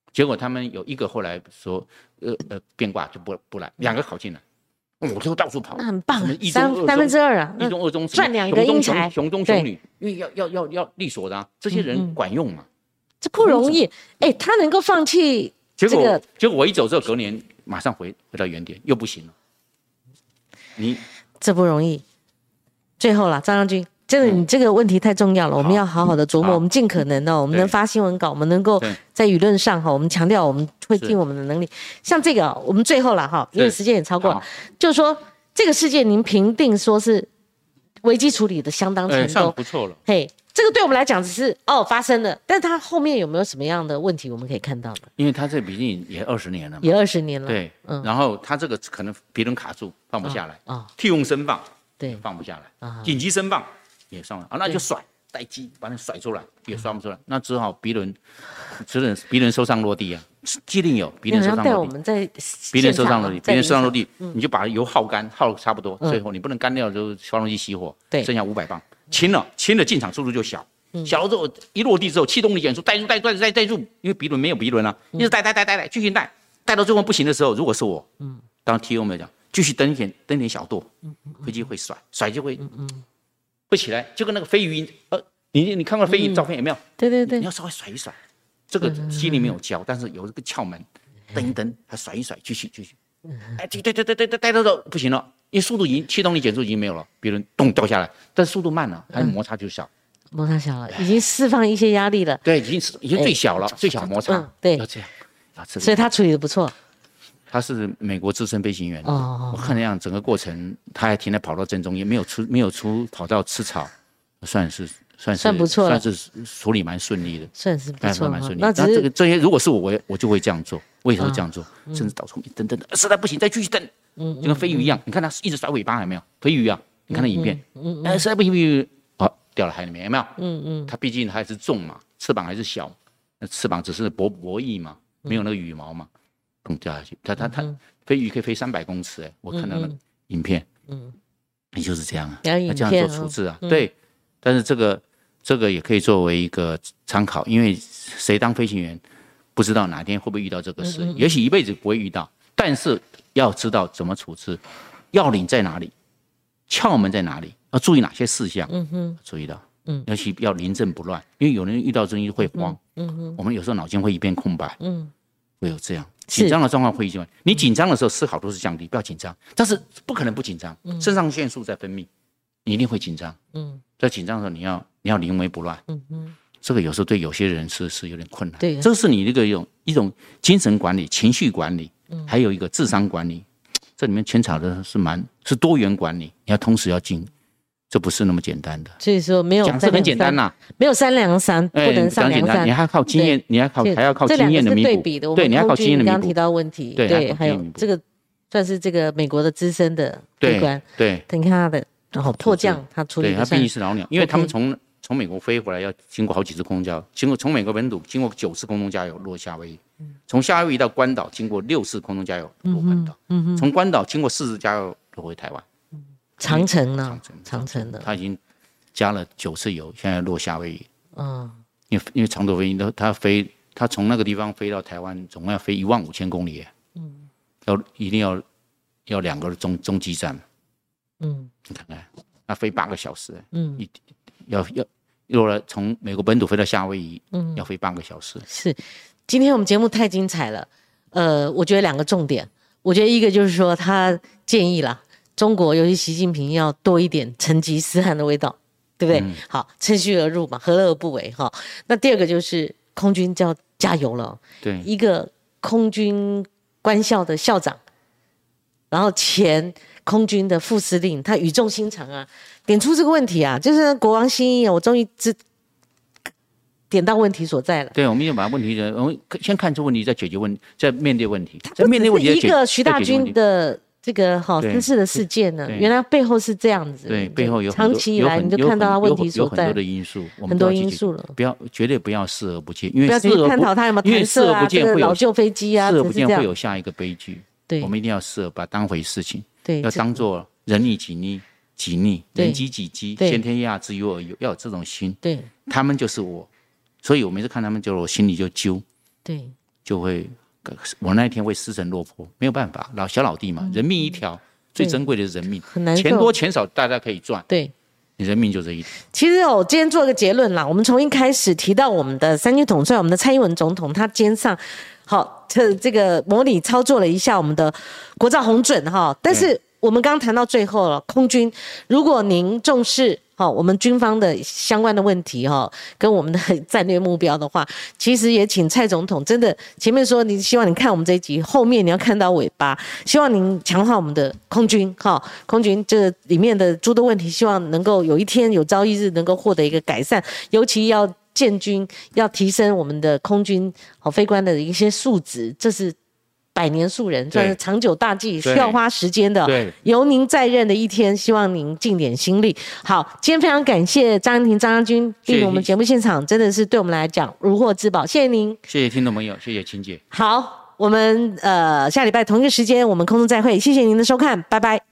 结果他们有一个后来说，变卦就不来，2个考进来，我就到处跑， 那很棒， 一中 2/3啊， 一中二中赚2个英才， 雄中雄女，因为要力所的啊，这些人管用嘛， 这不容易。他能够放弃这个， 结果我一走之后，隔年马上回到原点，又不行了。这不容易。最后啦，张将军。真的，你这个问题太重要了，我们要好好的琢磨。我们尽可能我们能发新闻稿，我们能够在舆论上我们强调我们会尽我们的能力。像这个，我们最后了因为时间也超过了，就是说这个事件您评定说是危机处理的相当成功， 算不错了。 这个对我们来讲只是发生了，但它后面有没有什么样的问题我们可以看到呢？ 因为它这毕竟也20年了嘛， 也20年了。 对，然后它这个可能别人卡住放不下来替用申放，对，放不下来，紧急申放。也上了那就甩待机，把它甩出来，也甩不出来，那只好鼻轮受伤落地啊，既定有鼻轮受伤落地，鼻轮受伤落地，你就把油耗干，耗差不多，最后你不能干掉就发动机熄火，剩下500磅，轻了进场速度就小，小了之后一落地之后气动力减速，带住，因为鼻轮没有鼻轮啊，一直带，继续带到最后不行的时候，如果是我，刚刚 TO 没有讲，继续蹬点小舵，飞机会甩就会。不起来，就跟那个飞鱼，你看过飞鱼照片有没有？对，你要稍微甩一甩，这个机里没有教，但是有这个窍门，蹬一蹬，还甩一甩，继续，对，带到不行了，因为速度气动力减速已经没有了，别人咚掉下来，但是速度慢了，它摩擦就小，已经释放一些压力了，对，已经最小了，最小摩擦，对，要这样，所以他处理的不错。他是美国资深飞行员，我看那样整个过程，他还停在跑道正中，也没有出跑道吃草，算不错，算是处理蛮顺利的，算是不错，蛮顺利。那这些如果是我就会这样做，我也会这样做，甚至到后面蹬，实在不行再继续蹬，就跟飞鱼一样，你看他一直甩尾巴有没有？飞鱼啊，你看那影片，实在不行，掉了海里面有没有？它毕竟还是重嘛，翅膀还是小，那翅膀只是薄翼嘛，没有那个羽毛嘛。掉下去，它飞鱼可以飞300公尺，我看到那个影片，也就是这样啊，要这样做处置啊，对。但是这个也可以作为一个参考，因为谁当飞行员，不知道哪天会不会遇到这个事，也许一辈子不会遇到，但是要知道怎么处置，要领在哪里，窍门在哪里，要注意哪些事项，注意到，尤其要临阵不乱，因为有人遇到争议会慌，我们有时候脑筋会一片空白，会有这样。紧张的状况会一样，你紧张的时候思考都是降低，不要紧张，但是不可能不紧张，肾上腺素在分泌，你一定会紧张。在紧张的时候你要临危不乱。这个有时候对有些人是有点困难。对，这是你这个一种精神管理、情绪管理，还有一个智商管理，这里面牵扯的是多元管理，你要同时要精。这不是那么简单的，所以说没有讲是很简单呐，没有3两3，不能3两3，你还靠经验，你还要靠经验的弥补。对，你还靠经验的弥补。刚提到问题，对，还有这个算是这个美国的资深的飞官，对，你看他的迫降，他处理的，对，他毕竟是老鸟，因为他们从美国飞回来要经过好几次空中加油，从美国本土经过9次空中加油落夏威夷，从夏威夷到关岛经过6次空中加油落关岛，从关岛经过4次加油落回台湾。长程呢？长程的，他已经加了9次油，现在落夏威夷。因为长途飞行，他从那个地方飞到台湾，总共要飞15000公里。一定要2个中继站。你看看，他飞8个小时。要从美国本土飞到夏威夷，要飞8个小时。是，今天我们节目太精彩了。我觉得2个重点，我觉得一个就是说，他建议啦。中国尤其习近平要多一点成吉思汗的味道，对不对？好，趁虚而入嘛，何乐而不为哈？那第二个就是空军就要加油了。对，一个空军官校的校长，然后前空军的副司令，他语重心长啊，点出这个问题啊，就是国王新衣啊，我终于点到问题所在了。对，我们要把问题，我们先看出问题，再解决问题，再面对问题。在面对问题，一个徐大军的。这个真是的事件呢，原来背后是这样子。对，背后有长期以来你就看到他问题所在，很多的因素，很多因素了。绝对不要视而不见，因为不要去探讨他有没有弹射啊，这个老旧飞机啊，视而不见会有下一个悲剧。对，我们一定要视而把它当回事情，对，要当做人逆己逆，人机己机，先天下之忧而忧，要有这种心。对，他们就是我，所以我每次看他们，就我心里就揪。对。 就会，我那一天会失神落魄，没有办法，小老弟嘛，人命一条，最珍贵的是人命， 很难受， 钱多钱少大家可以赚， 对， 你人命就这一条。 其实我今天做个结论啦，我们从一开始提到我们的三军统帅，我们的蔡英文总统，他肩上好这个模拟操作了一下我们的国造红准哈，但是我们刚刚谈到最后了，空军，如果您重视我们军方的相关的问题跟我们的战略目标的话，其实也请蔡总统真的前面说希望你看我们这一集，后面你要看到尾巴，希望您强化我们的空军空军这里面的诸多问题，希望能够有一天有朝一日能够获得一个改善，尤其要建军，要提升我们的空军飞官的一些素质，这是百年树人，算是长久大计，需要花时间的。 对， 由您在任的一天，希望您尽点心力。好，今天非常感谢张安婷张将军莅临我们节目现场，真的是对我们来讲如获至宝，谢谢您。 谢谢听众朋友，谢谢秦姐。 好，我们下礼拜同一个时间我们空中再会，谢谢您的收看，拜拜。